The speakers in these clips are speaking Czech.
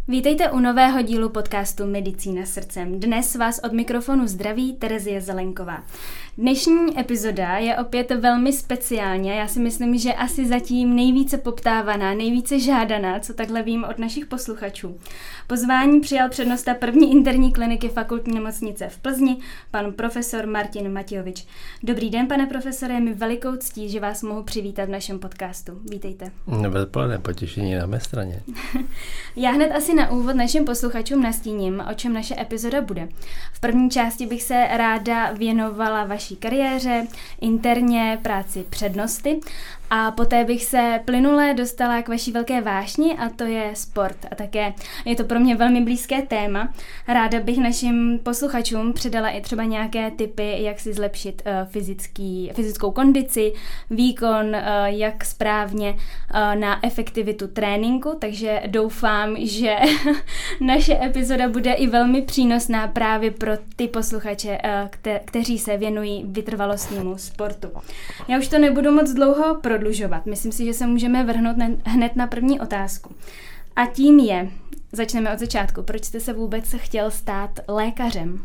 Vítejte u nového dílu podcastu Medicína srdcem. Dnes vás od mikrofonu zdraví Terezie Zelenková. Dnešní epizoda je opět velmi speciální. Já si myslím, že asi zatím nejvíce poptávaná, nejvíce žádaná, co takhle vím od našich posluchačů. Pozvání přijal přednosta první interní kliniky Fakultní nemocnice v Plzni, pan profesor Martin Matějovič. Dobrý den, pane profesore, je mi velikou ctí, že vás mohu přivítat v našem podcastu. Vítejte. Dobré odpoledne, potěšení na mé straně. Já hned asi na úvod našim posluchačům nastíním, o čem naše epizoda bude. V první části bych se ráda věnovala vaší kariéře, interně práci přednosty a poté bych se plynule dostala k vaší velké vášni a to je sport. A také je to pro mě velmi blízké téma. Ráda bych našim posluchačům předala i třeba nějaké tipy, jak si zlepšit fyzickou kondici, výkon, jak správně na efektivitu tréninku, takže doufám, že naše epizoda bude i velmi přínosná právě pro ty posluchače, kteří se věnují vytrvalostnímu sportu. Já už to nebudu moc dlouho prodlužovat. Myslím si, že se můžeme vrhnout hned na první otázku. A tím je, začneme od začátku, proč jste se vůbec chtěl stát lékařem?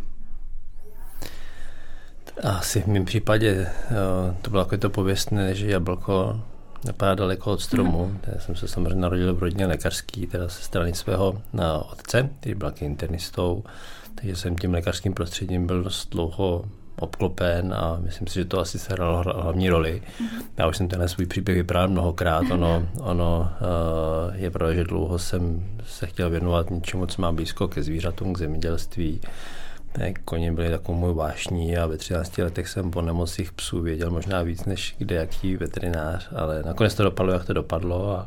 Asi v mém případě to bylo jako to pověstné, že jablko napadá daleko od stromu. Já jsem se samozřejmě narodil v rodině lékařský, teda ze strany svého otce, který byl internistou, takže jsem tím lékařským prostředím byl dost dlouho obklopen a myslím si, že to asi sehrálo hlavní roli. Já už jsem tenhle svůj příběh vyprávěl mnohokrát. Ono je pravda, že dlouho jsem se chtěl věnovat něčemu, co má blízko ke zvířatům, k zemědělství. Koně byly takovou můj vášní a ve 13 letech jsem po nemocích psů věděl možná víc než kdejaký veterinář, ale nakonec to dopadlo, jak to dopadlo a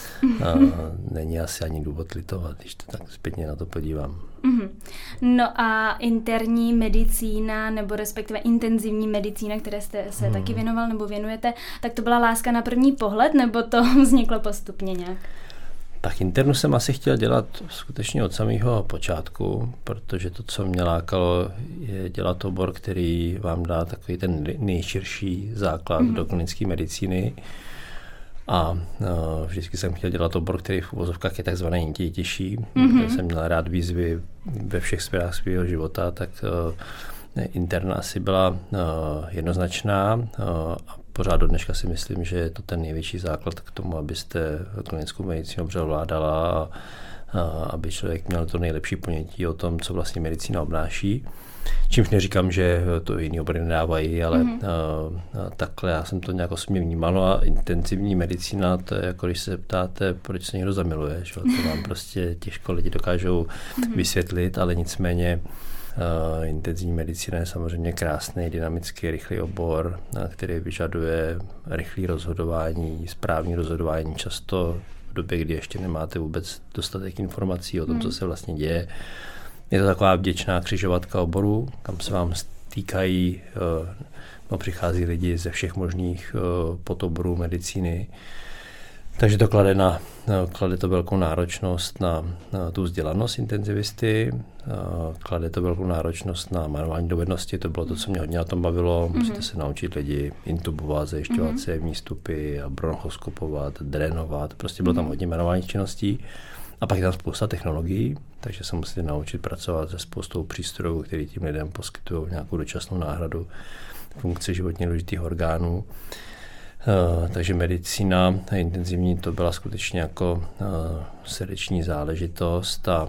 není asi ani důvod litovat, když to tak zpětně na to podívám. No a interní medicína, nebo respektive intenzivní medicína, které jste se taky věnoval nebo věnujete, tak to byla láska na první pohled, nebo to vzniklo postupně nějak? Tak internu jsem asi chtěl dělat skutečně od samého počátku, protože to, co mě lákalo, je dělat obor, který vám dá takový ten nejširší základ do klinické medicíny. A vždycky jsem chtěl dělat obor, který v uvozovkách je takzvané nejtěžší. Protože jsem měl rád výzvy ve všech sférách svého života, tak interna asi byla jednoznačná a pořád do dneška si myslím, že je to ten největší základ k tomu, abyste klinickou medicínu dobře ovládala a aby člověk měl to nejlepší ponětí o tom, co vlastně medicína obnáší. Čímž neříkám, že to jiný obory nedávají, ale takhle já jsem to nějak osobně vnímal. A intenzivní medicína, to je jako když se ptáte, proč se někdo zamiluje. Že? To vám prostě těžko lidi dokážou vysvětlit, ale nicméně intenzivní medicína je samozřejmě krásný, dynamický, rychlý obor, který vyžaduje rychlé rozhodování, správné rozhodování, často v době, kdy ještě nemáte vůbec dostatek informací o tom, co se vlastně děje. Je to taková vděčná křižovatka oboru, kam se vám stýkají, přichází lidi ze všech možných podoborů medicíny. Takže to klade to velkou náročnost na tu vzdělanost intenzivisty, klade to velkou náročnost na manuální dovednosti, to bylo to, co mě hodně na tom bavilo. Musíte se naučit lidi intubovat, zajišťovat cévní vstupy, bronchoskopovat, drenovat, prostě bylo tam hodně manuálních činností. A pak je tam spousta technologií, takže se musíte naučit pracovat se spoustou přístrojů, které tím lidem poskytují nějakou dočasnou náhradu funkce životně důležitých orgánů. Takže medicína intenzivní to byla skutečně jako srdeční záležitost a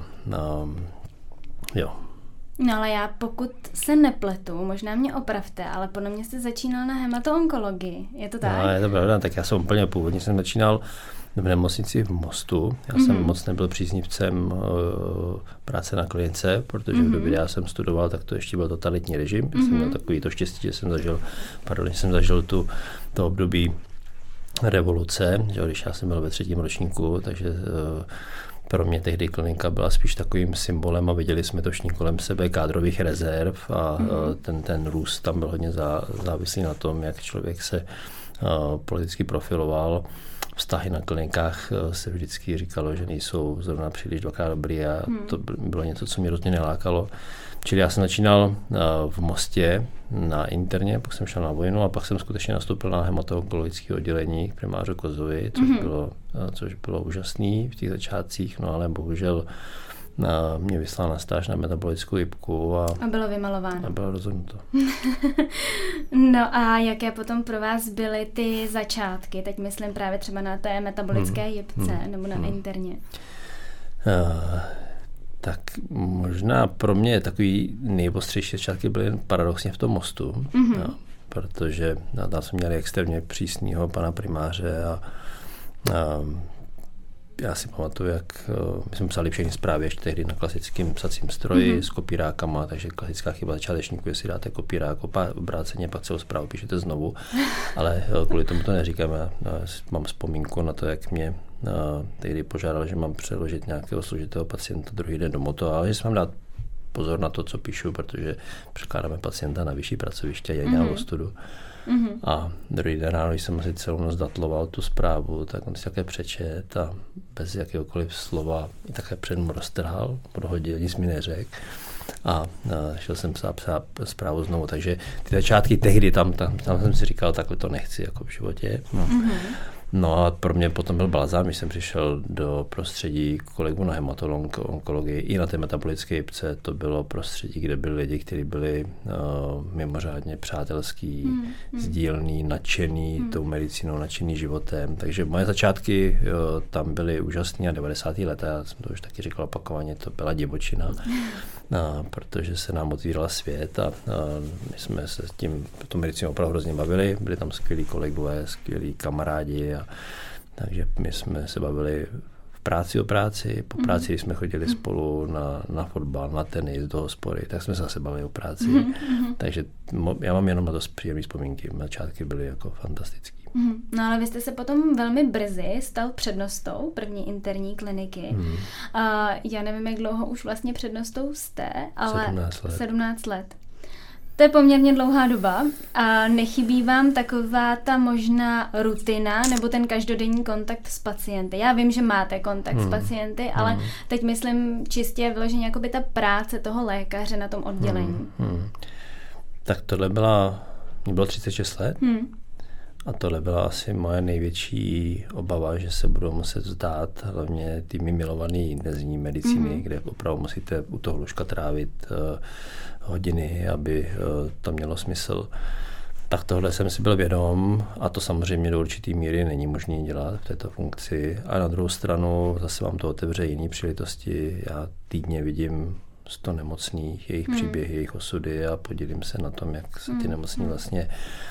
jo. No ale já pokud se nepletu, možná mě opravte, ale podle mě jste začínal na hematoonkologii, je to tak? No, je to pravda, tak já jsem úplně původně jsem začínal v nemocnici v Mostu. Já jsem moc nebyl příznivcem práce na klinice, protože v době, kdy já jsem studoval, tak to ještě byl totalitní režim. Já jsem měl takový to štěstí, že jsem zažil to období revoluce, že když já jsem byl ve 3. ročníku, takže pro mě tehdy klinika byla spíš takovým symbolem a viděli jsme to všichni kolem sebe kádrových rezerv a ten růst tam byl hodně závislý na tom, jak člověk se politicky profiloval. vztahy na klinikách se vždycky říkalo, že nejsou zrovna příliš dvakrát dobrý a to bylo něco, co mě rozhodně nelákalo. Čili já jsem začínal v Mostě na interně, pak jsem šel na vojnu a pak jsem skutečně nastoupil na hematoonkologické oddělení k primáři Kozovi, což bylo úžasný v těch začátcích, no ale bohužel mě vyslal na stáž na metabolickou jipku a bylo vymalováno. A bylo rozhodnuto. No a jaké potom pro vás byly ty začátky? Teď myslím právě třeba na té metabolické jipce nebo na interně. Tak možná pro mě takový nejostřejší začátky byly paradoxně v tom Mostu, protože tam jsme měli extrémně přísného pana primáře a já si pamatuju, jak my jsme psali všechny zprávy ještě tehdy na klasickém psacím stroji s kopírákama, takže klasická chyba začátečníků, jestli dáte kopírák, obráceně, pak celou zprávu píšete znovu, ale kvůli tomu to neříkám. Já mám vzpomínku na to, jak mě tehdy požádal, že mám přeložit nějakého složitého pacienta druhý den do moto, ale že si mám dát pozor na to, co píšu, protože překládáme pacienta na vyšší pracoviště a dělám ostudu. A druhý den ráno, když jsem asi celou noc datloval tu zprávu, tak on si také přečet a bez jakéhokoliv slova i také před mu roztrhal, prohodil, nic mi neřekl. A šel jsem psát zprávu znovu, takže ty začátky tehdy, tam jsem si říkal, takhle to nechci jako v životě. No a pro mě potom byl balzám, když jsem přišel do prostředí kolegů na hematologii i na té metabolické jipce. To bylo prostředí, kde byli lidi, kteří byli mimořádně přátelský, sdílný, nadšený tou medicínou, nadšený životem. Takže moje začátky tam byly úžasné a 90. leta, já jsem to už taky říkal opakovaně, to byla divočina, protože se nám otvíral svět a my jsme se s tím, tu medicínou opravdu hrozně bavili. Byli tam skvělí kolegové, skvělí kamarádi. Takže my jsme se bavili v práci o práci, po práci, když jsme chodili spolu na fotbal, na tenis, do hospody, tak jsme se zase bavili o práci. Takže já mám jenom na to příjemné vzpomínky. Začátky byly jako fantastický. No ale vy jste se potom velmi brzy stal přednostou první interní kliniky. Já nevím, jak dlouho už vlastně přednostou jste, ale 17 let. To je poměrně dlouhá doba a nechybí vám taková ta možná rutina nebo ten každodenní kontakt s pacienty. Já vím, že máte kontakt s pacienty, ale teď myslím čistě vyloženě jakoby ta práce toho lékaře na tom oddělení. Tak tohle mě bylo 36 let a tohle byla asi moje největší obava, že se budou muset vzdát hlavně tými milované intenzivní medicíny, kde opravdu musíte u toho lůžka trávit hodiny, aby to mělo smysl. Tak tohle jsem si byl vědom a to samozřejmě do určitý míry není možné dělat v této funkci. A na druhou stranu zase vám to otevře jiné příležitosti. Já týdně vidím 100 nemocných, jejich příběhy, jejich osudy a podělím se na tom, jak se ty nemocní vlastně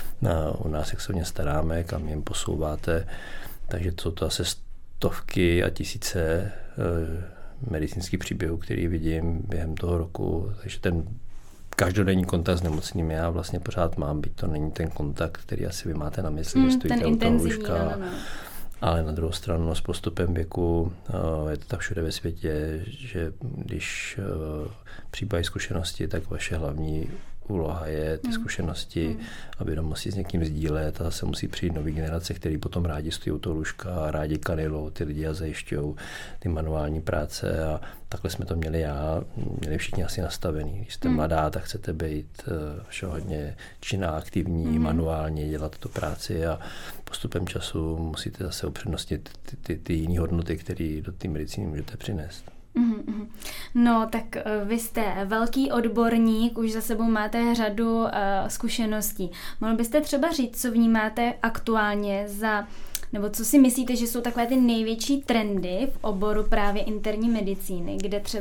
u nás, jak se o ně staráme, kam jim posouváte. Takže jsou to asi stovky a tisíce medicínských příběhů, který vidím během toho roku. Takže ten každodenní kontakt s nemocnými já vlastně pořád mám, byť to není ten kontakt, který asi vy máte na mysli, že stojíte u toho lůžka. Ale na druhou stranu s postupem věku je to tak všude ve světě, že když přibývají zkušenosti, tak vaše hlavní úloha je ty zkušenosti a vědomosti s někým sdílet a zase musí přijít nový generace, který potom rádi stojí u toho lůžka a rádi kanilou ty lidi a zajišťují ty manuální práce a takhle jsme to měli všichni asi nastavený. Když jste mladá, tak chcete být hodně činná, aktivní, manuálně dělat tu práci a postupem času musíte zase upřednostnit ty jiné hodnoty, které do té medicíny můžete přinést. No, tak vy jste velký odborník, už za sebou máte řadu zkušeností. Mohl byste třeba říct, co vnímáte aktuálně nebo co si myslíte, že jsou takové ty největší trendy v oboru právě interní medicíny,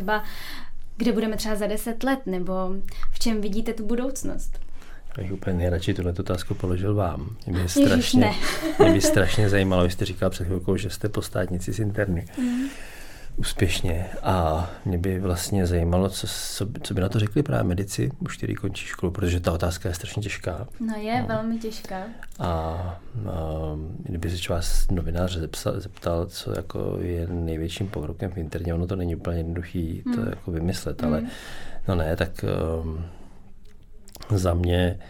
kde budeme třeba za 10 let, nebo v čem vidíte tu budoucnost? Já bych úplně nejradši tuhle otázku položil vám. Mě by strašně zajímalo, vy jste říkal před chvilkou, že jste postátnici z interny. Úspěšně. A mě by vlastně zajímalo, co by na to řekli právě medici, už kteří končí školu, protože ta otázka je strašně těžká. No je velmi těžká. A kdyby se vás novinář zeptal, co jako je největším pokrokem v interně, ono to není úplně jednoduchý to jako vymyslet, ale no ne, tak za mě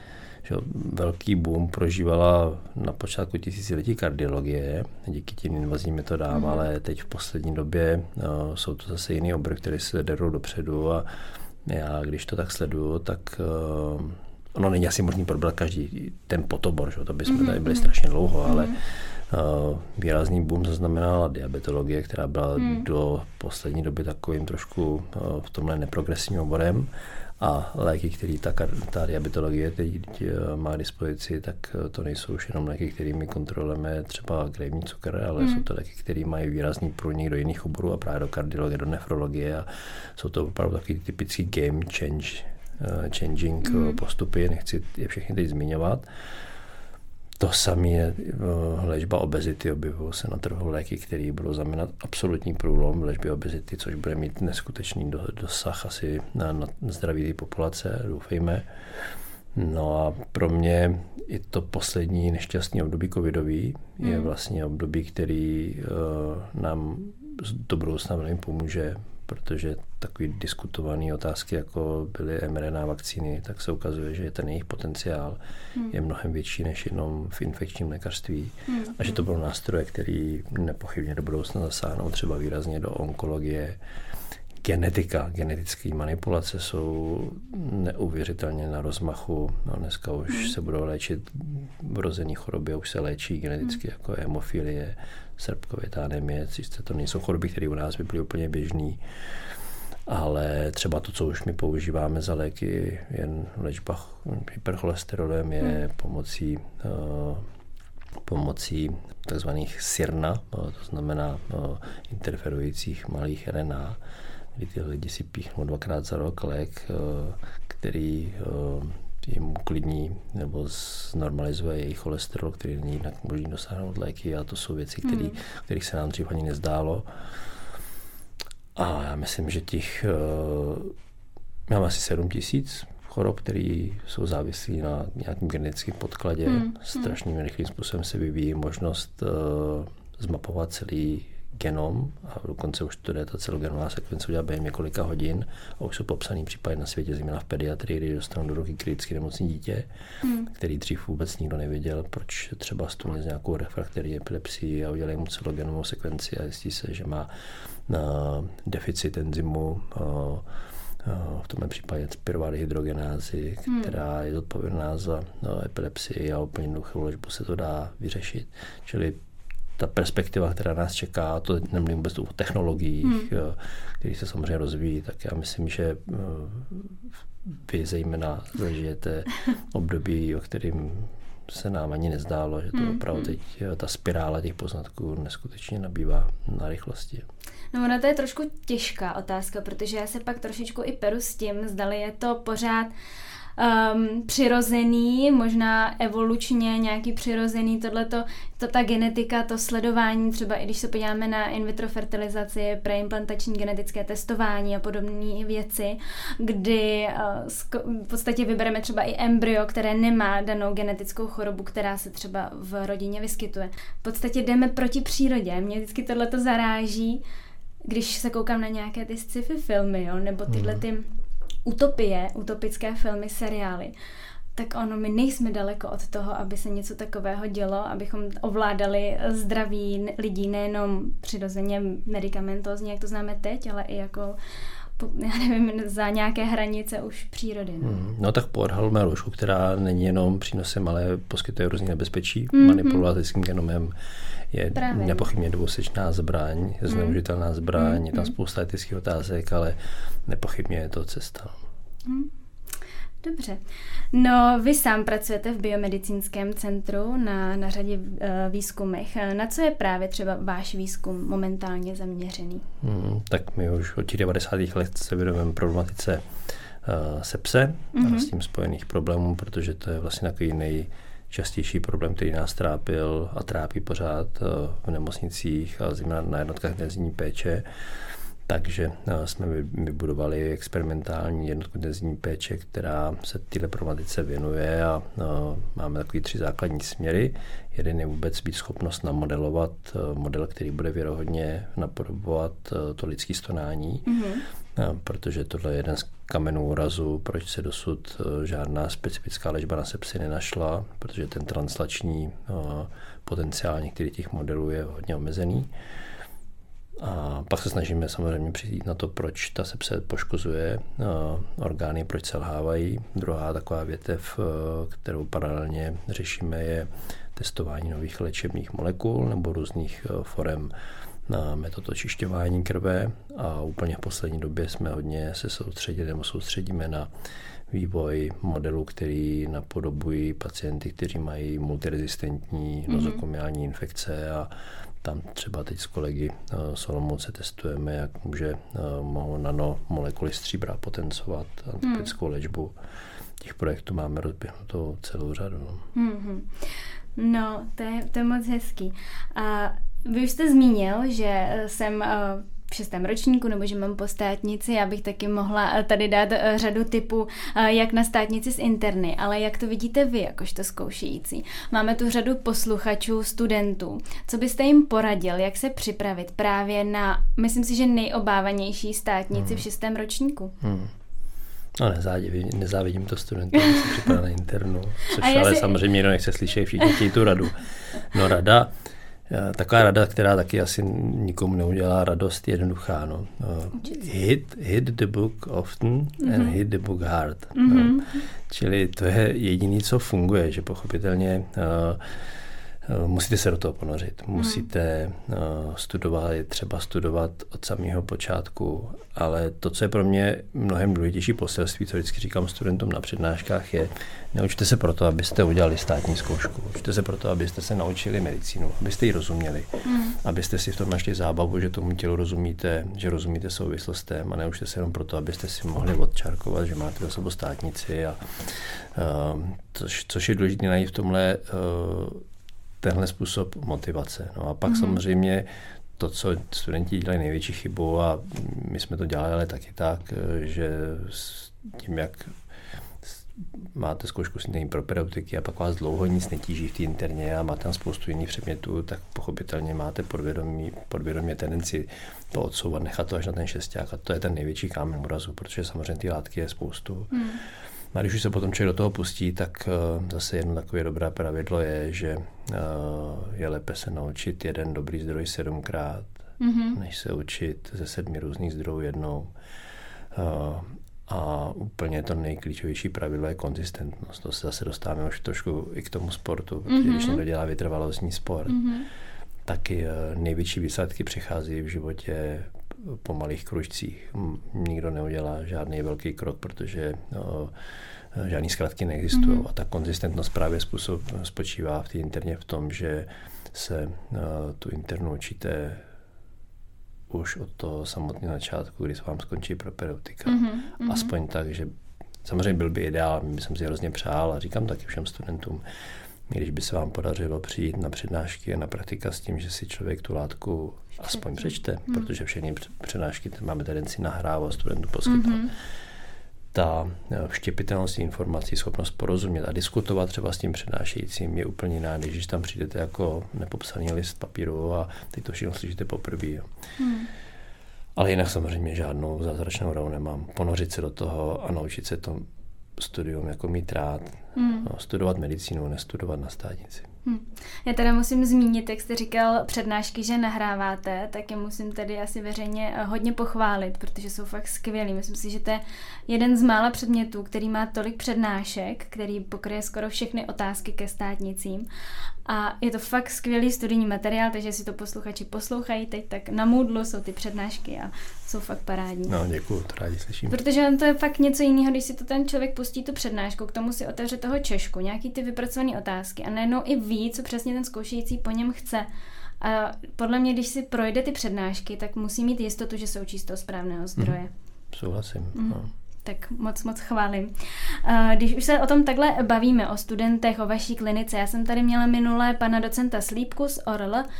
že velký boom prožívala na počátku tisíciletí kardiologie díky těm invazním metodám, ale teď v poslední době jsou to zase jiný obory, které se derou dopředu a já, když to tak sleduju, tak ono není asi možný probrat každý ten potobor, že? To bychom tady byli strašně dlouho, ale výrazný boom zaznamenala diabetologie, která byla do poslední doby takovým trošku v tomhle neprogresivním oborem a léky, které ta diabetologie teď má k dispozici, tak to nejsou už jenom léky, kterými kontrolujeme třeba krevní cukr, ale jsou to léky, které mají výrazný průnik do jiných oborů a právě do kardiologie, do nefrologie a jsou to opravdu takový typický game changing postupy, nechci je všechny teď zmiňovat. To samé je léčba obezity, objevují se na trhu léky, které budou znamenat absolutní průlom v léčbě obezity, což bude mít neskutečný dosah asi na zdraví té populace, doufejme. No a pro mě i to poslední nešťastný období covidový je vlastně období, který nám do budoucna velmi pomůže, protože takový diskutované otázky, jako byly mRNA vakcíny, tak se ukazuje, že ten jejich potenciál je mnohem větší než jenom v infekčním lékařství a že to budou nástroje, který nepochybně do budoucna zasáhnou třeba výrazně do onkologie. Genetické manipulace jsou neuvěřitelně na rozmachu. No, dneska už se budou léčit vrozené choroby, už se léčí geneticky jako hemofilie, srpkovitá anemie, to nejsou choroby, které u nás by byly úplně běžný. Ale třeba to, co už my používáme za léky, jen léčba hypercholesterolem je pomocí takzvaných SIRNA, to znamená interferujících malých RNA, kdy ty lidi si píchnou 2krát za rok lék, který jim uklidní nebo znormalizuje jejich cholesterol, který není jinak možný dosáhnout léky a to jsou věci, kterých se nám dřív ani nezdálo. A já myslím, že mám asi 7 000 chorob, které jsou závislí na nějakém genetickém podkladě. Strašným rychlým způsobem se vyvíjí možnost zmapovat celý genom a dokonce už to jde, ta celogenová sekvence udělá během několika hodin a už jsou popsaný případy na světě, zejména v pediatrii, kdy dostanou do ruky kriticky nemocné dítě, který dřív vůbec nikdo nevěděl, proč třeba stůně s nějakou refraktorii epilepsii a udělají mu celogenovou sekvenci a zjistí se, že má deficit enzymu, v tomhle případě pyruvát hydrogenázy, která je zodpovědná za epilepsii a úplně jednoduchou léčbu se to dá vyřešit. Čili ta perspektiva, která nás čeká, to nemluvím vůbec o technologiích, které se samozřejmě rozvíjí, tak já myslím, že vy zejména zažijete období, o kterým se nám ani nezdálo, že to opravdu teď ta spirála těch poznatků neskutečně nabývá na rychlosti. No ona to je trošku těžká otázka, protože já se pak trošičku i peru s tím, zdali je to pořád přirozený, možná evolučně nějaký přirozený, ta genetika, to sledování, třeba i když se podíváme na in vitro fertilizaci, preimplantační genetické testování a podobné věci, kdy v podstatě vybereme třeba i embryo, které nemá danou genetickou chorobu, která se třeba v rodině vyskytuje. V podstatě jdeme proti přírodě. Mě vždycky tohleto zaráží, když se koukám na nějaké ty sci-fi filmy, jo, nebo tyhle ty utopické filmy, seriály, tak my nejsme daleko od toho, aby se něco takového dělo, abychom ovládali zdraví lidí nejenom přirozeně medicamentózně, jak to známe teď, ale i jako já nevím, za nějaké hranice už přírody. No tak poodhalujeme roušku, která není jenom přínosem, ale poskytuje různý nebezpečí. Manipulovat lidským genomem je nepochybně dvousečná zbraň, zneužitelná zbraň, je tam spousta etických otázek, ale nepochybně je to cesta. Dobře. No, vy sám pracujete v biomedicínském centru na řadě výzkumech. Na co je právě třeba váš výzkum momentálně zaměřený? Tak my už od těch 90. let se věnujeme problematice sepse a s tím spojených problémů, protože to je vlastně takový nejčastější problém, který nás trápil a trápí pořád v nemocnicích a zejména na jednotkách intenzivní péče. Takže jsme vybudovali experimentální jednotku intenzivní péče, která se této problematice věnuje a máme takový 3 základní směry. Jeden je vůbec být schopnost namodelovat model, který bude věrohodně napodobovat to lidské stonání, protože tohle je jeden z kamenů úrazu, proč se dosud žádná specifická léčba na sepsi nenašla, protože ten translační potenciál některých těch modelů je hodně omezený. A pak se snažíme samozřejmě přijít na to, proč ta sepse poškozuje orgány, proč selhávají. Druhá taková větev, kterou paralelně řešíme, je testování nových léčebných molekul nebo různých forem na metod očišťování krve. A úplně v poslední době jsme hodně se soustředíme na vývoj modelů, který napodobují pacienty, kteří mají multirezistentní nozokomiální infekce a tam třeba teď s kolegy z Olomouce testujeme, jak mohou nanomolekuly stříbra potencovat antibiotickou léčbu. Těch projektů máme rozběhnutou celou řadu. No, to je moc hezký. A vy už jste zmínil, že jsem v 6. ročníku, nebo že mám po státnici, já bych taky mohla tady dát řadu tipů, jak na státnici z interny, ale jak to vidíte vy, jakožto zkoušející? Máme tu řadu posluchačů, studentů. Co byste jim poradil, jak se připravit právě na, myslím si, že nejobávanější státnici v 6. ročníku? No, nezávidím to studentům, se připravit na internu, což ale samozřejmě někdo nechce slyšet, všichni chtějí tu radu. No taková rada, která taky asi nikomu neudělá radost, je jednoduchá. No. Hit the book often and hit the book hard. No. Čili to je jediné, co funguje, že pochopitelně musíte se do toho ponořit. Musíte studovat, je třeba studovat od samého počátku, ale to, co je pro mě mnohem důležitější poselství, co vždycky říkám studentům na přednáškách, je neučte se proto, abyste udělali státní zkoušku. Učte se proto, abyste se naučili medicínu, abyste ji rozuměli, abyste si v tom našli zábavu, že tomu tělu rozumíte, že rozumíte souvislostem a neučte se jenom proto, abyste si mohli odčárkovat, že máte za sebou státnici. Což je důležité najít v tomhle tenhle způsob motivace. No a pak samozřejmě to, co studenti dělají největší chybu, a my jsme to dělali ale taky tak, že tím, jak máte zkoušku s interní propedeutiky a pak vás dlouho nic netíží v té interně a máte tam spoustu jiných předmětů, tak pochopitelně máte podvědomě tendenci to odsouvat, nechat to až na ten šesták a to je ten největší kámen úrazu, protože samozřejmě ty látky je spoustu. A když už se potom člověk do toho pustí, tak zase jedno takové dobré pravidlo je, že je lépe se naučit jeden dobrý zdroj 7krát, než se učit ze 7 různých zdrojů jednou. A úplně to nejklíčovější pravidlo je konzistentnost. To se zase dostáváme už trošku i k tomu sportu, protože když někdo dělá vytrvalostní sport, taky největší výsledky přichází v životě po malých kružcích. Nikdo neudělá žádný velký krok, protože žádný zkratky neexistují. A ta konzistentnost právě spočívá v té interně v tom, že se tu internu učíte už od toho samotného začátku, kdy se vám skončí propedeutika. Aspoň tak, že samozřejmě byl by ideál, my jsem si hrozně přál a říkám taky všem studentům, když by se vám podařilo přijít na přednášky a na praktika s tím, že si člověk tu látku aspoň přečte, protože všechny přednášky máme tendenci nahrávat, studentům poskytovat. Ta vštěpitelnost informací, schopnost porozumět a diskutovat třeba s tím přednášejícím je úplně jiná, když tam přijdete jako nepopsaný list papíru a teď to všechno slyšíte poprvé. Ale jinak samozřejmě žádnou zázračnou radu nemám. Ponořit se do toho a naučit se to studium jako mít rád. Studovat medicínu, nestudovat na státnici. Já teda musím zmínit, jak jste říkal přednášky, že nahráváte, tak je musím tady asi veřejně hodně pochválit, protože jsou fakt skvělý. Myslím si, že to je jeden z mála předmětů, který má tolik přednášek, který pokryje skoro všechny otázky ke státnicím. A je to fakt skvělý studijní materiál, takže si to posluchači poslouchají teď, tak na Moodlu jsou ty přednášky a jsou fakt parádní. No, děkuju, to rádi slyším. Protože to je fakt něco jiného, když si to ten člověk pustí tu přednášku, k tomu si otevře toho češku, nějaký ty vypracované otázky a najednou i ví, co přesně ten zkoušející po něm chce. A podle mě, když si projde ty přednášky, tak musí mít jistotu, že se učí z toho správného zdroje. Souhlasím. No. Tak moc chválím. Když už se o tom takhle bavíme, o studentech, o vaší klinice, já jsem tady měla minulé pana docenta Slípku z ORL. V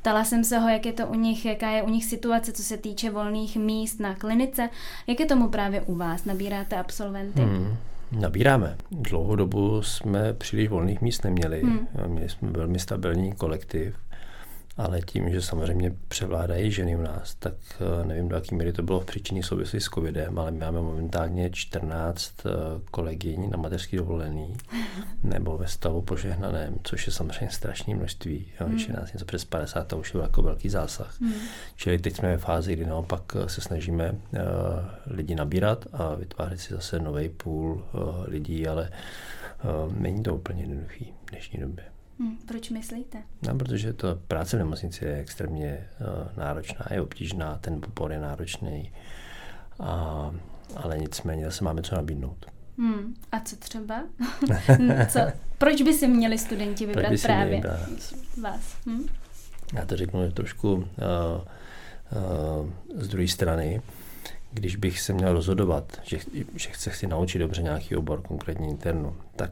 Ptala jsem se ho, jak je to u nich, jaká je u nich situace, co se týče volných míst na klinice. Jak je tomu právě u vás? Nabíráte absolventy? Nabíráme. Dlouhou dobu jsme příliš volných míst neměli. Měli jsme velmi stabilní kolektiv, ale tím, že samozřejmě převládají ženy u nás, tak nevím, do jaký míry to bylo v příčinné souvislosti s covidem, ale my máme momentálně 14 kolegyň na mateřský dovolený nebo ve stavu požehnaném, což je samozřejmě strašné množství. Když je nás něco přes 50, to už je jako velký zásah. Čili teď jsme ve fázi, kdy naopak se snažíme lidi nabírat a vytvářet si zase nový půl lidí, ale není to úplně jednoduchý v dnešní době. Proč myslíte? No, protože to práce v nemocnici je extrémně náročná, je obtížná, ten obor je náročný, ale nicméně zase máme co nabídnout. A co třeba? Proč by si měli studenti vybrat právě vás? Já to řeknu trošku z druhé strany. Když bych se měl rozhodovat, že chci naučit dobře nějaký obor, konkrétně internu, tak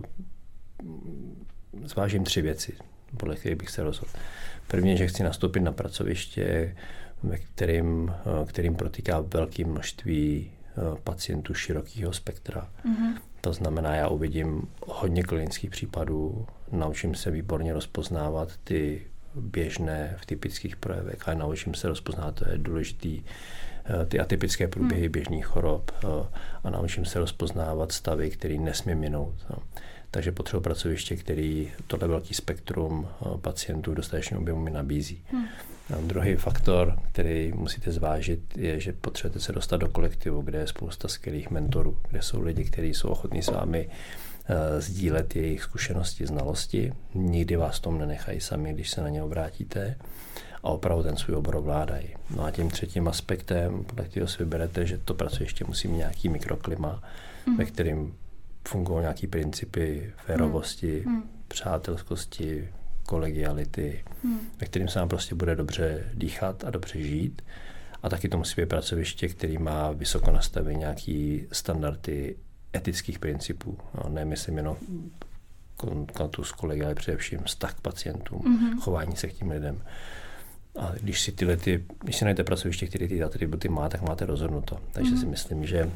zvážím 3 věci, podle kterých bych se rozhodl. První, že chci nastoupit na pracoviště, kterým protýká velké množství pacientů širokého spektra. To znamená, já uvidím hodně klinických případů, naučím se výborně rozpoznávat ty běžné v typických projevech a naučím se rozpoznávat, to je důležitý, ty atypické průběhy běžných chorob a naučím se rozpoznávat stavy, které nesmí minout. Takže potřebuji pracoviště, který tohle velký spektrum pacientů v dostatečném objemu mi nabízí. Druhý faktor, který musíte zvážit, je, že potřebujete se dostat do kolektivu, kde je spousta skvělých mentorů, kde jsou lidi, kteří jsou ochotní s vámi sdílet jejich zkušenosti, znalosti. Nikdy vás v tom nenechají sami, když se na ně obrátíte a opravdu ten svůj obor ovládají. No a tím třetím aspektem, podle kterého si vyberete, že to pracoviště musí mít nějaký mikroklima, ve kterým fungují nějaký principy férovosti, přátelskosti, kolegiality, ve kterým se vám prostě bude dobře dýchat a dobře žít. A taky to musí být pracoviště, který má vysoko nastavené nějaký standardy etických principů. No, nemyslím jenom kontaktu s kolegy, ale především vztah k pacientům, chování se k těm lidem. A když si najdete pracoviště, které ty atributy má, tak máte rozhodnuto. Takže si myslím, že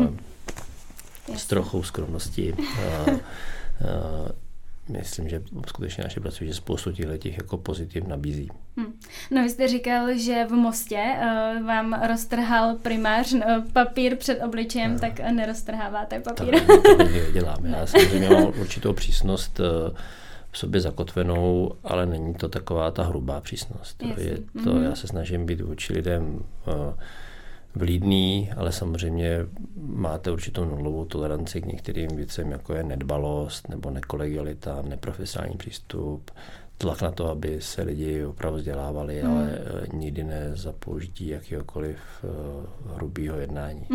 s trochou skromnosti myslím, že skutečně naše pracoviště spoustu těch jako pozitiv nabízí. No vy jste říkal, že v Mostě vám roztrhal primář papír před obličejem, tak neroztrháváte papír. To dělám. Já samozřejmě mám určitou přísnost v sobě zakotvenou, ale není to taková ta hrubá přísnost. Já se snažím být vůči lidem vlídný, ale samozřejmě máte určitou nulovou toleranci k některým věcem, jako je nedbalost nebo nekolegialita, neprofesionální přístup, tlak na to, aby se lidi opravdu vzdělávali, ale nikdy ne za použití jakéhokoliv hrubého jednání.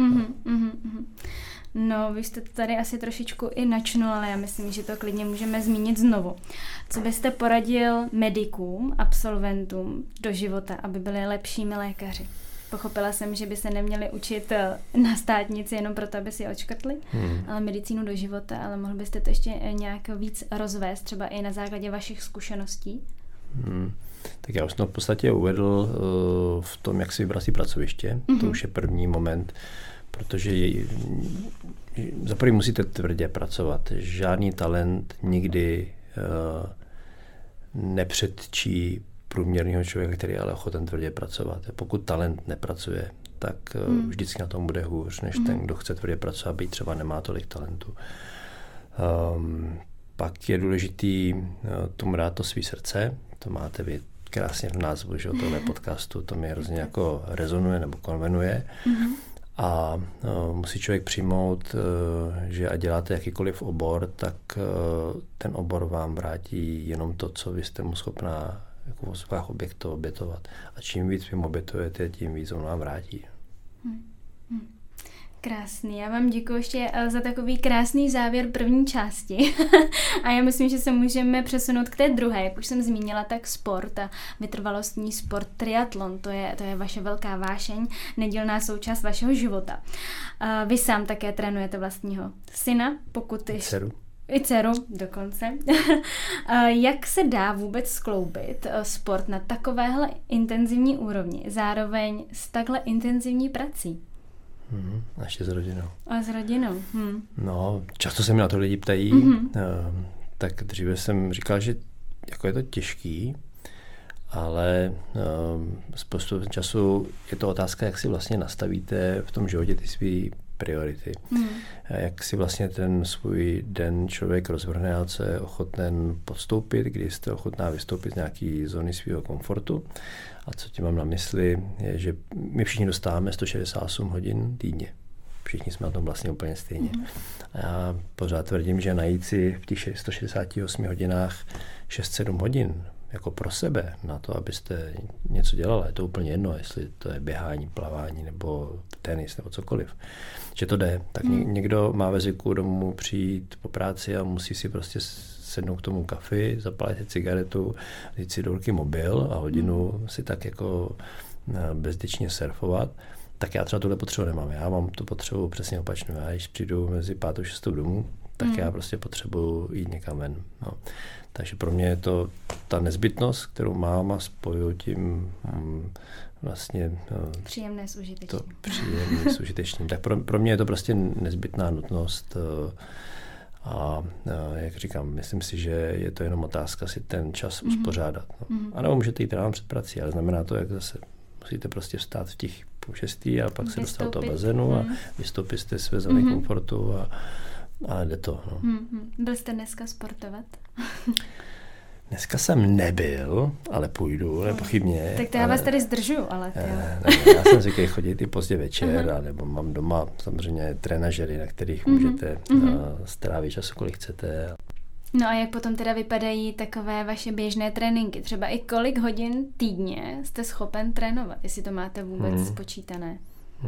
No, vy jste to tady asi trošičku i načnul, ale já myslím, že to klidně můžeme zmínit znovu. Co byste poradil medikům, absolventům do života, aby byli lepšími lékaři? Pochopila jsem, že by se neměli učit na státnici jenom proto, aby si odškrtli, ale medicínu do života, ale mohl byste to ještě nějak víc rozvést, třeba i na základě vašich zkušeností? Tak já už jsem to v podstatě uvedl v tom, jak si vybrat si pracoviště. To už je první moment, protože za první musíte tvrdě pracovat. Žádný talent nikdy nepředčí průměrného člověka, který je ale ochoten tvrdě pracovat. Pokud talent nepracuje, tak vždycky na tom bude hůř, než ten, kdo chce tvrdě pracovat, byť třeba nemá tolik talentu. Pak je důležitý tomu dát to svý srdce, to máte vy krásně v názvu, že tohle podcastu, to mi hrozně jako rezonuje nebo konvenuje. A musí člověk přijmout, že ať děláte jakýkoliv obor, tak ten obor vám vrátí jenom to, co vy jste mu schopná jako v svých objektů obětovat. A čím víc vy obětujete, tím víc on vám vrátí. Krásný. Já vám děkuji ještě za takový krásný závěr první části. A já myslím, že se můžeme přesunout k té druhé. Jak už jsem zmínila, tak sport a vytrvalostní sport, triatlon, to je vaše velká vášeň, nedílná součást vašeho života. Vy sám také trénujete vlastního syna, pokud... Dceru. I dceru dokonce. Jak se dá vůbec skloubit sport na takovéhle intenzivní úrovni, zároveň s takhle intenzivní prací? A ještě s rodinou. A s rodinou. No, často se mi na to lidi ptají, tak dříve jsem říkal, že jako je to těžký, ale spoustu času je to otázka, jak si vlastně nastavíte v tom životě ty svý priority. Jak si vlastně ten svůj den člověk rozvrhne a co je ochoten podstoupit, kdy jste ochotná vystoupit z nějaký zóny svého komfortu. A co tím mám na mysli, je, že my všichni dostáváme 168 hodin týdně. Všichni jsme na tom vlastně úplně stejně. A já pořád tvrdím, že najít si v těch 168 hodinách 6-7 hodin jako pro sebe na to, abyste něco dělali. Je to úplně jedno, jestli to je běhání, plavání nebo tenis nebo cokoliv. Že to jde. Tak někdo má ve zvyku domů přijít po práci a musí si prostě sednout k tomu kafi, zapálit si cigaretu, říct si do ruky mobil a hodinu si tak jako bezděčně surfovat. Tak já třeba tuhle potřebu nemám. Já mám tu potřebu přesně opačnou. Já když přijdu mezi 5. a 6. domů, tak já prostě potřebuji jít někam ven. No. Takže pro mě je to ta nezbytnost, kterou mám a spojuju tím vlastně příjemné s užitečným. To příjemné s užitečným. Tak pro mě je to prostě nezbytná nutnost a jak říkám, myslím si, že je to jenom otázka si ten čas uspořádat. No. A nebo můžete jít ráno před prací, ale znamená to, jak zase musíte prostě vstát v těch 5:30 a pak se dostat do toho bazénu a vystoupit jste své zóny komfortu a jde to. No. Byl jste dneska sportovat? Dneska jsem nebyl, ale půjdu, nepochybně. Tak to já vás tady zdržuju, ale já jsem zvyklý chodit i pozdě večer, nebo mám doma samozřejmě trenažery, na kterých můžete strávit času, kolik chcete. No a jak potom teda vypadají takové vaše běžné tréninky? Třeba i kolik hodin týdně jste schopen trénovat, jestli to máte vůbec spočítané?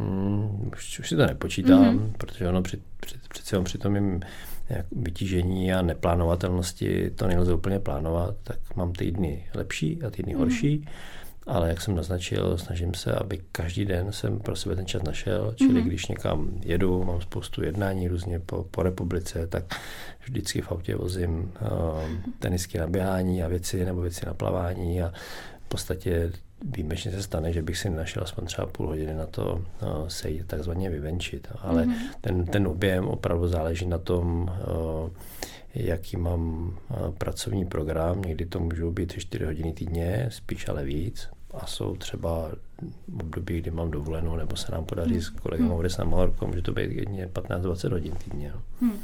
Už si to nepočítám, protože ono přece při tom jim vytížení a neplánovatelnosti to nelze úplně plánovat, tak mám týdny lepší a týdny horší, ale jak jsem naznačil, snažím se, aby každý den jsem pro sebe ten čas našel, čili když někam jedu, mám spoustu jednání různě po republice, tak vždycky v autě vozím tenisky na běhání a věci nebo věci na plavání a v podstatě výjimečně se stane, že bych si našel aspoň třeba půl hodiny na to se jít takzvaně vyvenčit. Ale ten objem opravdu záleží na tom, jaký mám pracovní program. Někdy to můžou být 4 hodiny týdně, spíš ale víc. A jsou třeba období, kdy mám dovolenou, nebo se nám podaří s kolegou odjet na Mahorku, může to být jedně 15-20 hodin týdně.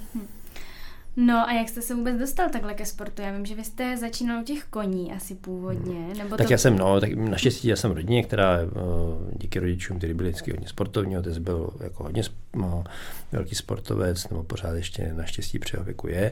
No a jak jste se vůbec dostal takhle ke sportu? Já vím, že vy jste začínal u těch koní asi původně. Nebo tak tak naštěstí já jsem v rodině, která díky rodičům, kteří byli vždycky hodně sportovní, otec byl jako hodně velký sportovec, nebo pořád ještě naštěstí při jeho věku je.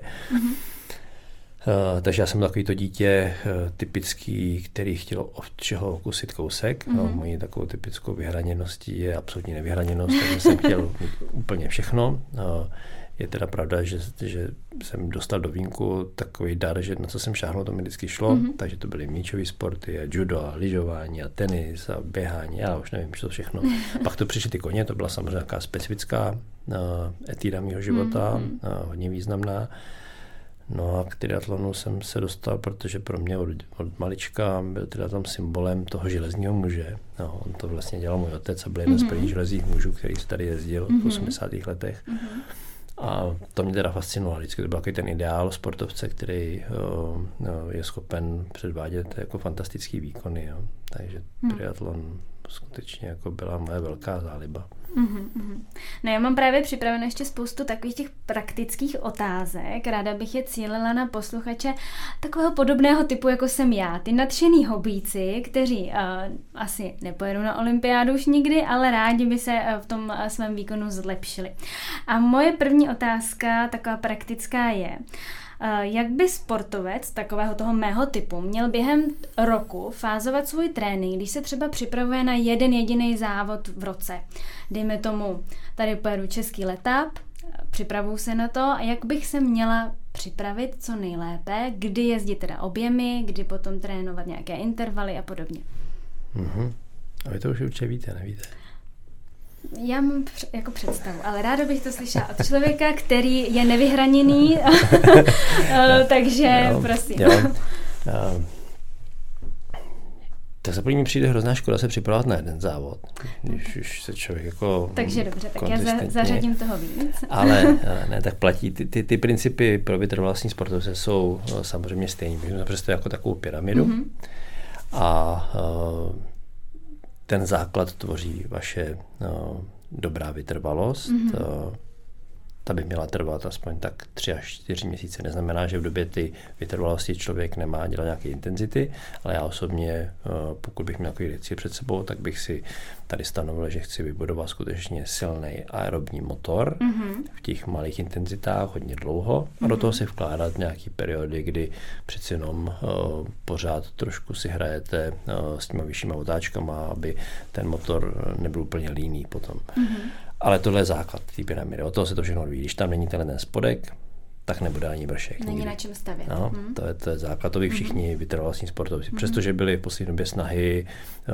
Takže já jsem takový to dítě typický, který chtěl od čeho okusit kousek. Mojí takovou typickou vyhraněností je absolutní nevyhraněnost, takže jsem chtěl mít úplně všechno. Je teda pravda, že jsem dostal do vínku takový dar, že na co jsem šáhnul, to mi vždycky šlo, takže to byly míčové sporty, a judo, a lyžování, a tenis, a běhání, já už nevím, co všechno. Pak to přišly ty koně, to byla samozřejmě nějaká specifická etída mýho života, hodně významná. No a k triatlonu jsem se dostal, protože pro mě od malička byl triatlon symbolem toho železního muže. No, on to vlastně dělal můj otec a byl jeden z prvních železných mužů, který se tady jezdil v 80. letech. A to mě teda fascinovalo. Vždycky to byl takový ten ideál sportovce, který je schopen předvádět jako fantastický výkony. Jo. Takže triatlon skutečně jako byla moje velká záliba. No já mám právě připraveno ještě spoustu takových těch praktických otázek. Ráda bych je cílila na posluchače takového podobného typu, jako jsem já. Ty nadšený hobíci, kteří asi nepojedou na olympiádu už nikdy, ale rádi by se v tom svém výkonu zlepšili. A moje první otázka, taková praktická je, jak by sportovec takového toho mého typu měl během roku fázovat svůj trénink, když se třeba připravuje na jeden jediný závod v roce? Dejme tomu, tady pojedu český letap, připravuju se na to a jak bych se měla připravit co nejlépe, kdy jezdit teda objemy, kdy potom trénovat nějaké intervaly a podobně. A vy to už určitě víte, nevíte? Já mám jako představu, ale ráda bych to slyšela od člověka, který je nevyhraněný, takže prosím. Tak za první přijde hrozná škoda se připravovat na jeden závod, když už se člověk jako takže dobře, tak já zařadím toho víc. Ale ne, tak platí. Ty principy pro vytrvalostní sportovce jsou samozřejmě stejný. Můžeme představit jako takovou pyramidu a ten základ tvoří vaše dobrá vytrvalost. Ta by měla trvat aspoň tak 3 až 4 měsíce. Neznamená, že v době ty vytrvalosti člověk nemá dělat nějaké intenzity, ale já osobně, pokud bych měl takový cíl před sebou, tak bych si tady stanovil, že chci vybudovat skutečně silný aerobní motor v těch malých intenzitách hodně dlouho a do toho si vkládat nějaký periody, kdy přeci jenom pořád trošku si hrajete s těma vyššíma otáčkama, aby ten motor nebyl úplně líný potom. Ale tohle je základ té pyramidy. Od toho se to všechno odvíjí. Když tam není ten spodek, tak nebude ani vršek. Není nikdy na čem stavět. No, to je základ. To by všichni vytrvalostní sportovci. Přestože byly v poslední době snahy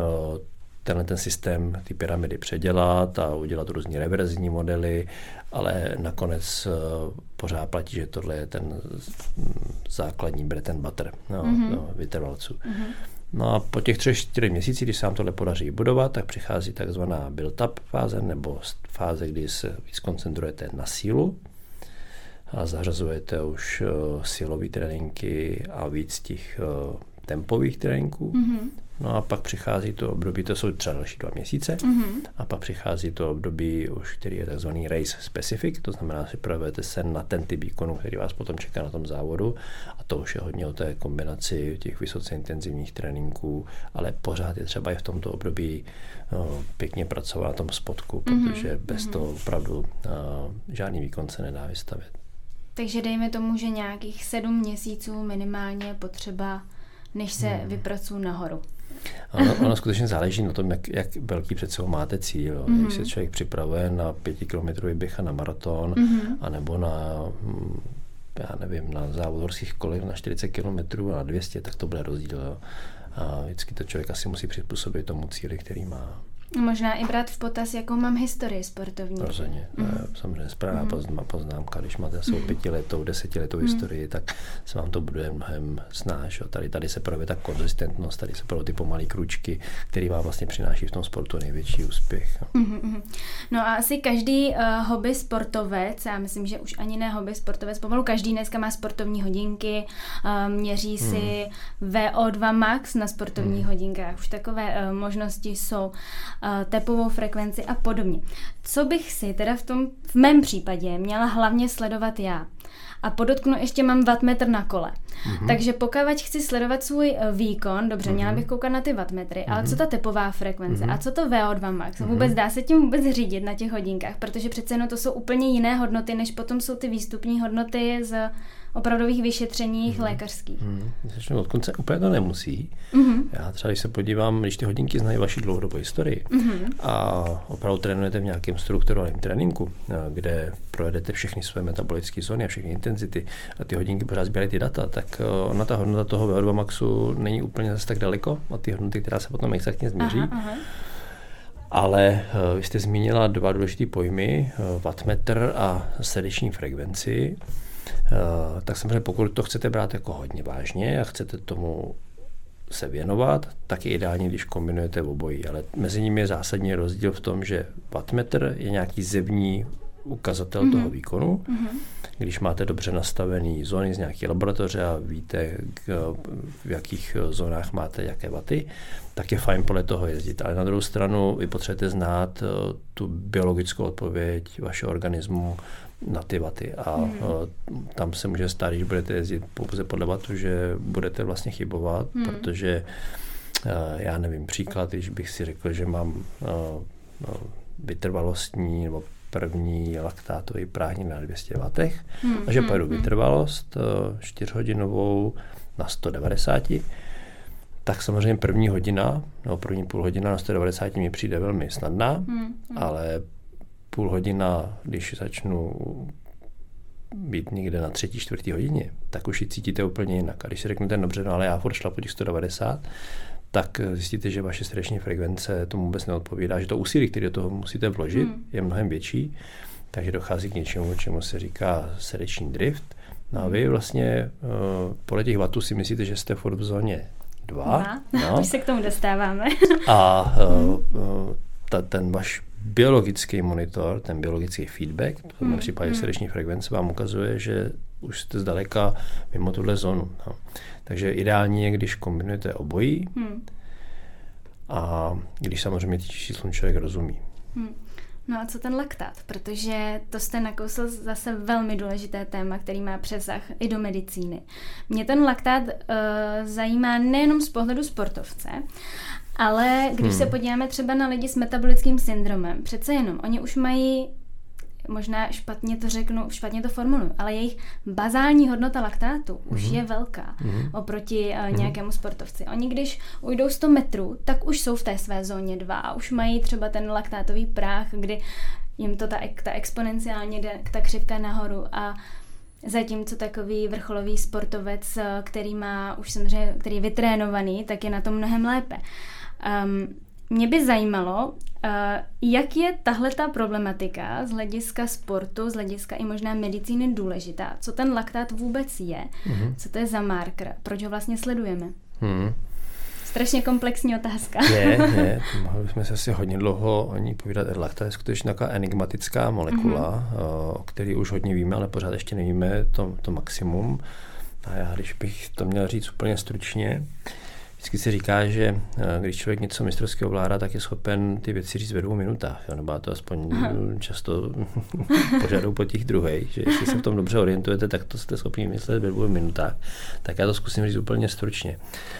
ten systém té pyramidy předělat a udělat různý reverzní modely, ale nakonec pořád platí, že tohle je ten základní bread and butter vytrvalců. No a po těch 3-4 měsících, když se vám tohle podaří budovat, tak přichází takzvaná build-up fáze, nebo fáze, kdy se víc koncentrujete na sílu a zařazujete už silové tréninky a víc těch tempových tréninků. No a pak přichází to období, to jsou třeba další 2 měsíce, a pak přichází to období už, který je takzvaný race specific, to znamená, že projevujete se na ten typ výkonu, který vás potom čeká na tom závodu, a to už je hodně o té kombinaci těch vysoce intenzivních tréninků, ale pořád je třeba i v tomto období pěkně pracovat na tom spodku, protože bez toho opravdu žádný výkon se nedá vystavět. Takže dejme tomu, že nějakých 7 měsíců minimálně potřeba, než se vypracuju nahoru. Ono skutečně záleží na tom, jak velký před sebou máte cíl. Když se člověk připravuje na 5kilometrový běh a na maraton, anebo na, já nevím, na závod horských kolek na 40 kilometrů a na 200, tak to bude rozdíl. A vždycky to člověk asi musí přizpůsobit tomu cíli, který má. Možná i brát v potaz, jakou mám historii sportovní. Rozhodně. Samozřejmě správná poznámka. Když máte asi 5letou, 10letou historii, tak se vám to bude mnohem snáš. Tady se projevuje ta konzistentnost, tady se projevují ty pomalé kručky, které vám vlastně přináší v tom sportu největší úspěch. No a asi každý hobby sportovec, já myslím, že už ani ne hobby sportovec, pomalu každý dneska má sportovní hodinky, měří si VO2 max na sportovních hodinkách. Už takové možnosti jsou. Tepovou frekvenci a podobně. Co bych si teda v mém případě měla hlavně sledovat já? A podotknu, ještě mám wattmetr na kole. Takže pokud chci sledovat svůj výkon, dobře, měla bych koukat na ty wattmetry, ale co ta tepová frekvence a co to VO2 max? Vůbec dá se tím vůbec řídit na těch hodinkách, protože přece to jsou úplně jiné hodnoty, než potom jsou ty výstupní hodnoty z opravdových vyšetřeních lékařských. Začnu od konce, úplně to nemusí. Já třeba, když se podívám, když ty hodinky znají vaši dlouhodobou historii a opravdu trénujete v nějakém strukturovaném tréninku, kde projedete všechny své metabolické zóny a všechny intenzity a ty hodinky pořád sbírají ty data, tak ona ta hodnota toho VO2 maxu není úplně zase tak daleko od ty hodnoty, která se potom exaktně změří. Ale vy jste zmínila 2 důležité pojmy, wattmetr a srdeční frekvenci. Tak samozřejmě pokud to chcete brát jako hodně vážně a chcete tomu se věnovat, tak je ideální, když kombinujete obojí. Ale mezi nimi je zásadní rozdíl v tom, že wattmetr je nějaký zevní ukazatel toho výkonu. Když máte dobře nastavený zóny z nějaké laboratoře a víte, v jakých zónách máte jaké waty, tak je fajn podle toho jezdit. Ale na druhou stranu vy potřebujete znát tu biologickou odpověď vašeho organismu na ty waty. A tam se může stát, když budete jezdit pouze podle watu, že budete vlastně chybovat, protože já nevím, příklad, když bych si řekl, že mám vytrvalostní nebo první laktátový práhní na 200 W a že pojedu vytrvalost 4hodinovou na 190, tak samozřejmě první hodina nebo první půl hodina na 190 mi přijde velmi snadná, ale půl hodina, když začnu být někde na 3-4 hodině, tak už ji cítíte úplně jinak. A když si řeknete, dobře, no ale já furt šla po těch 190, tak zjistíte, že vaše srdeční frekvence tomu vůbec neodpovídá, že to úsilí, které do toho musíte vložit, je mnohem větší, takže dochází k něčemu, čemu se říká srdeční drift. No a vy vlastně podle těch wattů si myslíte, že jste furt v zóně 2. No. Už se k tomu dostáváme. A ten váš biologický monitor, ten biologický feedback, v tom případě srdeční frekvence, vám ukazuje, že už jste zdaleka mimo tuhle zónu. No. Takže ideální je, když kombinujete obojí a když samozřejmě číslům člověk rozumí. No a co ten laktát? Protože to jste nakousl zase velmi důležité téma, který má přesah i do medicíny. Mě ten laktát zajímá nejenom z pohledu sportovce, ale když se podíváme třeba na lidi s metabolickým syndromem, přece jenom oni už mají, možná špatně to řeknu, špatně to formuluju, ale jejich bazální hodnota laktátu už je velká oproti nějakému sportovci. Oni když ujdou 100 metrů, tak už jsou v té své zóně 2 a už mají třeba ten laktátový práh, kdy jim to ta exponenciálně jde, ta křivka nahoru a zatímco takový vrcholový sportovec, který má už samozřejmě, který je vytrénovaný, tak je na tom mnohem lépe. Mě by zajímalo, jak je tahleta problematika z hlediska sportu, z hlediska i možná medicíny důležitá. Co ten laktát vůbec je? Co to je za marker? Proč ho vlastně sledujeme? Strašně komplexní otázka. Je. Mohli bychom se asi hodně dlouho o ní povídat. Laktát je skutečně taková enigmatická molekula, o které už hodně víme, ale pořád ještě nevíme to maximum. A já, když bych to měl říct úplně stručně, vždycky se říká, že když člověk něco mistrovského ovládá, tak je schopen ty věci říct ve 2 minutách. Jo? Nebo to aspoň často požadou po těch druhých, že jestli se v tom dobře orientujete, tak to jste schopni myslet ve 2 minutách. Tak já to zkusím říct úplně stručně.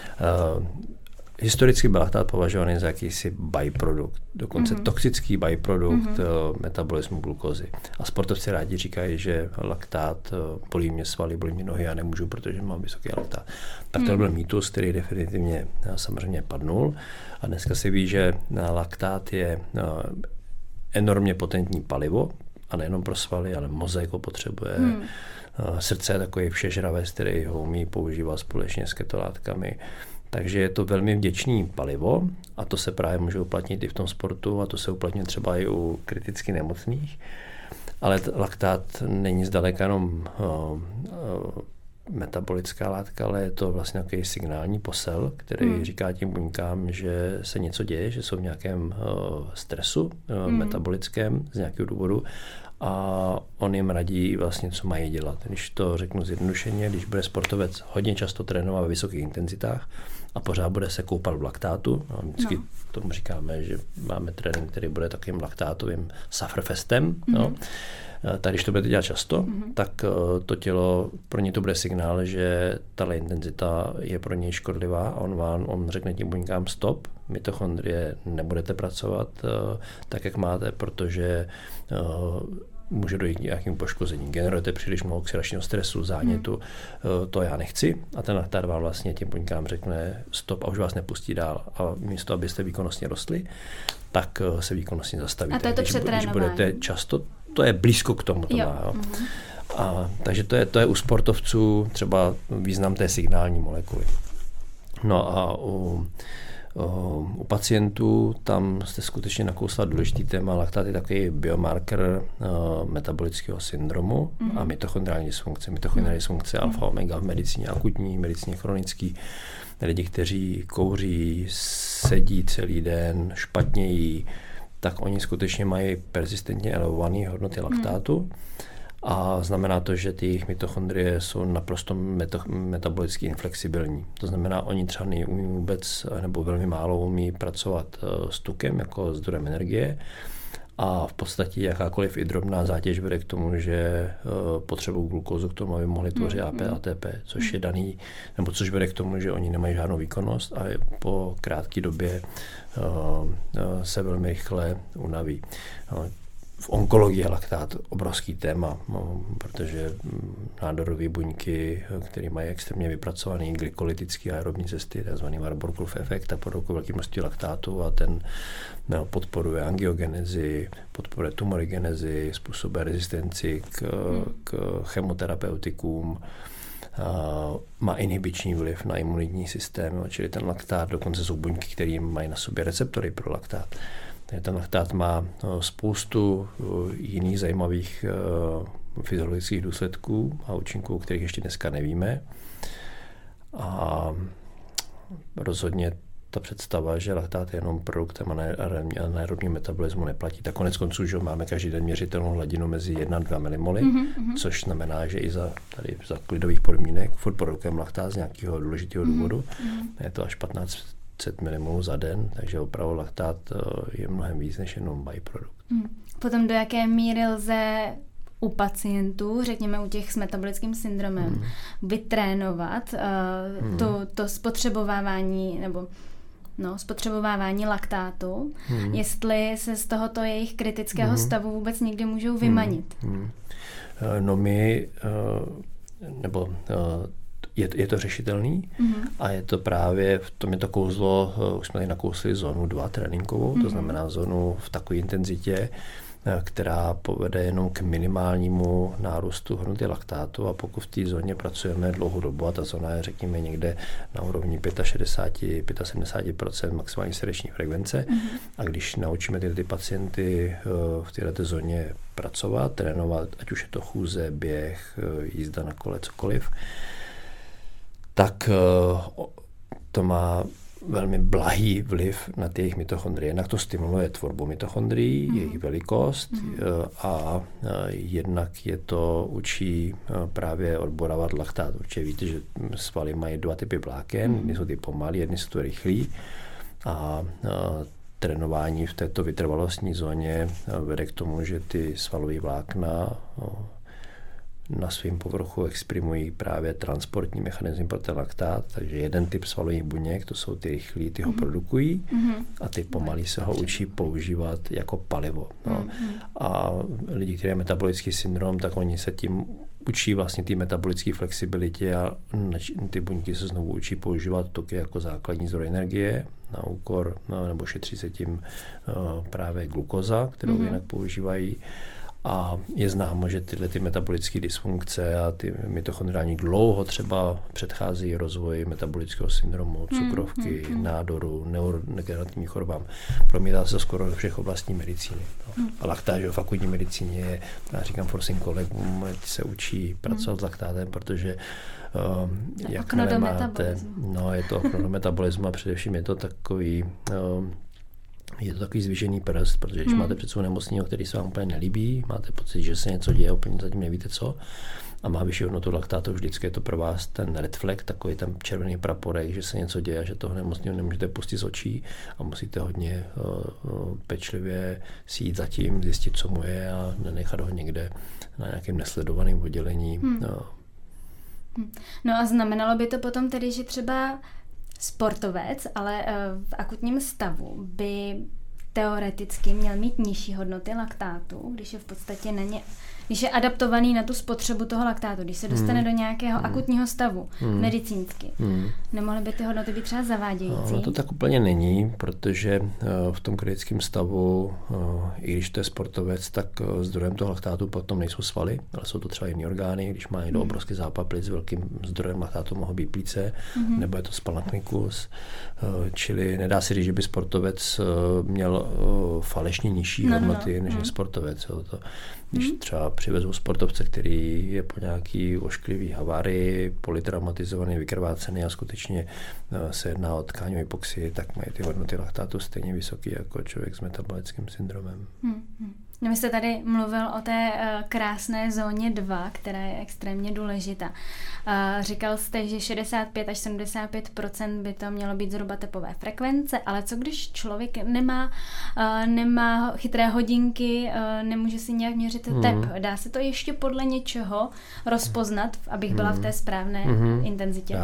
Historicky byl laktát považovaný za jakýsi byprodukt, dokonce toxický byprodukt metabolismu glukózy. A sportovci rádi říkají, že laktát bolí mě svaly, bolí mě nohy, já nemůžu, protože mám vysoký laktát. Tak to byl mýtus, který definitivně samozřejmě padnul. A dneska se ví, že laktát je enormně potentní palivo, a nejenom pro svaly, ale mozek ho potřebuje. Srdce je takový všežravec, který ho umí používat společně s ketolátkami. Takže je to velmi vděčný palivo a to se právě může uplatnit i v tom sportu a to se uplatňuje třeba i u kriticky nemocných. Ale laktát není zdaleka jenom metabolická látka, ale je to vlastně nějaký signální posel, který říká tím buňkám, že se něco děje, že jsou v nějakém stresu metabolickém z nějakého důvodu a on jim radí vlastně, co mají dělat. Když to řeknu zjednodušeně, když bude sportovec hodně často trénovat ve vysokých intenzitách a pořád bude se koupat v laktátu, a vždycky tomu říkáme, že máme trénink, který bude takovým laktátovým sufferfestem, tak když to budete dělat často, tak to tělo, pro ně to bude signál, že tahle intenzita je pro něj škodlivá a on řekne tím buňkám stop, mitochondrie nebudete pracovat tak, jak máte, protože může dojít k nějakým poškození. Generujete příliš mnoho oxidačního stresu, zánětu, to já nechci a ten laktát vám vlastně těm buňkám řekne stop a už vás nepustí dál a místo, abyste výkonnostně rostli, tak se výkonnostně zastavíte. A to je to přetrénování. Když budete často, to je blízko k tomu. Takže to je u sportovců třeba význam té signální molekuly. No a u pacientů tam jste skutečně nakousla důležitý téma. Laktát je takový biomarker metabolického syndromu a mitochondriální dysfunkce. Mitochondriální dysfunkce alfa omega v medicíně akutní, medicíně chronický. Lidi, kteří kouří, sedí celý den, špatně jí, tak oni skutečně mají persistentně elevované hodnoty laktátu. A znamená to, že ty jejich mitochondrie jsou naprosto metabolicky inflexibilní. To znamená, oni třeba neumí vůbec, nebo velmi málo umí pracovat s tukem jako zdrojem energie. A v podstatě jakákoliv i drobná zátěž vede k tomu, že potřebují glukózu k tomu, aby mohli tvořit ATP, což je daný, nebo což vede k tomu, že oni nemají žádnou výkonnost a po krátké době se velmi rychle unaví. V onkologii je laktát obrovský téma, protože nádorové buňky, které mají extrémně vypracovaný glykolytický aerobní cesty, takzvaný Warburgův efekt a produkují velké množství laktátu a ten podporuje angiogenezi, podporuje tumorigenezi, způsobuje rezistenci k chemoterapeutikům. má inhibiční vliv na imunitní systém, čili ten laktát, dokonce jsou buňky, které mají na sobě receptory pro laktát. Ten laktát má spoustu jiných zajímavých fyziologických důsledků a účinků, o kterých ještě dneska nevíme. A rozhodně ta představa, že laktát je jenom produktem anaerobního metabolismu neplatí. Tak konec konců, že máme každý den měřitelnou hladinu mezi 1 a 2 milimoly, což znamená, že i za klidových podmínek furt produkujeme laktát z nějakého důležitého důvodu. Je to až 1500 milimolů za den, takže opravdu laktát je mnohem víc než jenom byprodukt. Potom do jaké míry lze u pacientů, řekněme u těch s metabolickým syndromem, vytrénovat to spotřebovávání nebo spotřebovávání laktátu, jestli se z tohoto jejich kritického stavu vůbec někdy můžou vymanit. Je to řešitelný a je to právě, v tom je to kouzlo, už jsme tady nakousli zónu 2 tréninkovou, to znamená zónu v takové intenzitě, která povede jenom k minimálnímu nárůstu hodnoty laktátu a pokud v té zóně pracujeme dlouhou dobu a ta zóna je řekněme někde na úrovni 75% maximální srdeční frekvence a když naučíme ty pacienty v této zóně pracovat, trénovat, ať už je to chůze, běh, jízda na kole, cokoliv, tak to má velmi blahý vliv na ty jejich mitochondrie. Jednak to stimuluje tvorbu mitochondrií, jejich velikost a jednak je to učí právě odborávat laktát. Určitě víte, že svaly mají 2 typy vláken, jedny jsou ty pomalý, jedny jsou ty rychlý a trénování v této vytrvalostní zóně vede k tomu, že ty svalové vlákna na svém povrchu exprimují právě transportní mechanismy pro ten laktát, takže jeden typ svalových buněk, to jsou ty rychlí, ty ho produkují a ty pomalí se ho učí používat jako palivo. No. A lidi, kteří mají metabolický syndrom, tak oni se tím učí vlastně ty metabolické flexibilitě a ty buňky se znovu učí používat tuky jako základní zdroj energie na úkor, nebo šetří se tím právě glukoza, kterou jinak používají. A je známo, že tyhle ty metabolické dysfunkce a ty mitochondriální dlouho třeba předcházejí rozvoji metabolického syndromu, cukrovky, nádoru, neurodegenerativním chorobám. Promítá se skoro do všech oblastí medicíny. A laktát v akutní medicíně je, já říkám forsým kolegům, se učí pracovat s laktátem, protože jakmile máte, je to okno do metabolismu a především je to takový zvýšený prst, protože když máte před sebou nemocného, který se vám úplně nelíbí, máte pocit, že se něco děje, úplně zatím nevíte co, a má vyšší hodnotu laktátu, vždycky je to pro vás ten red flag, takový ten červený praporek, že se něco děje, že toho nemocného nemůžete pustit z očí a musíte hodně pečlivě si jít zatím, zjistit, co mu je a nenechat ho někde na nějakém nesledovaném oddělení. No a znamenalo by to potom tedy, že třeba sportovec, ale v akutním stavu by teoreticky měl mít nižší hodnoty laktátu, když je v podstatě když je adaptovaný na tu spotřebu toho laktátu, když se dostane do nějakého akutního stavu medicínsky. Nemohly by ty hodnoty být třeba zavádějící? No to tak úplně není, protože v tom kritickém stavu, i když to je sportovec, tak zdrojem toho laktátu potom nejsou svaly, ale jsou to třeba jiné orgány. Když má někdo obrovský zápal plic, velkým zdrojem laktátu mohou být plíce, nebo je to spalachnikus. Čili nedá se říct, že by sportovec měl falešně nižší hodnoty než je sportovec. Když třeba přivezou sportovce, který je po nějaký ošklivý havárii, polytraumatizovaný, vykrvácený a skutečně se jedná o tkáňovou hypoxii, tak mají ty hodnoty laktátu stejně vysoké jako člověk s metabolickým syndromem. No, vy jste tady mluvil o té krásné zóně 2, která je extrémně důležitá. Říkal jste, že 65 až 75% by to mělo být zhruba tepové frekvence, ale co když člověk nemá chytré hodinky, nemůže si nějak měřit tep? Dá se to ještě podle něčeho rozpoznat, abych byla v té správné intenzitě?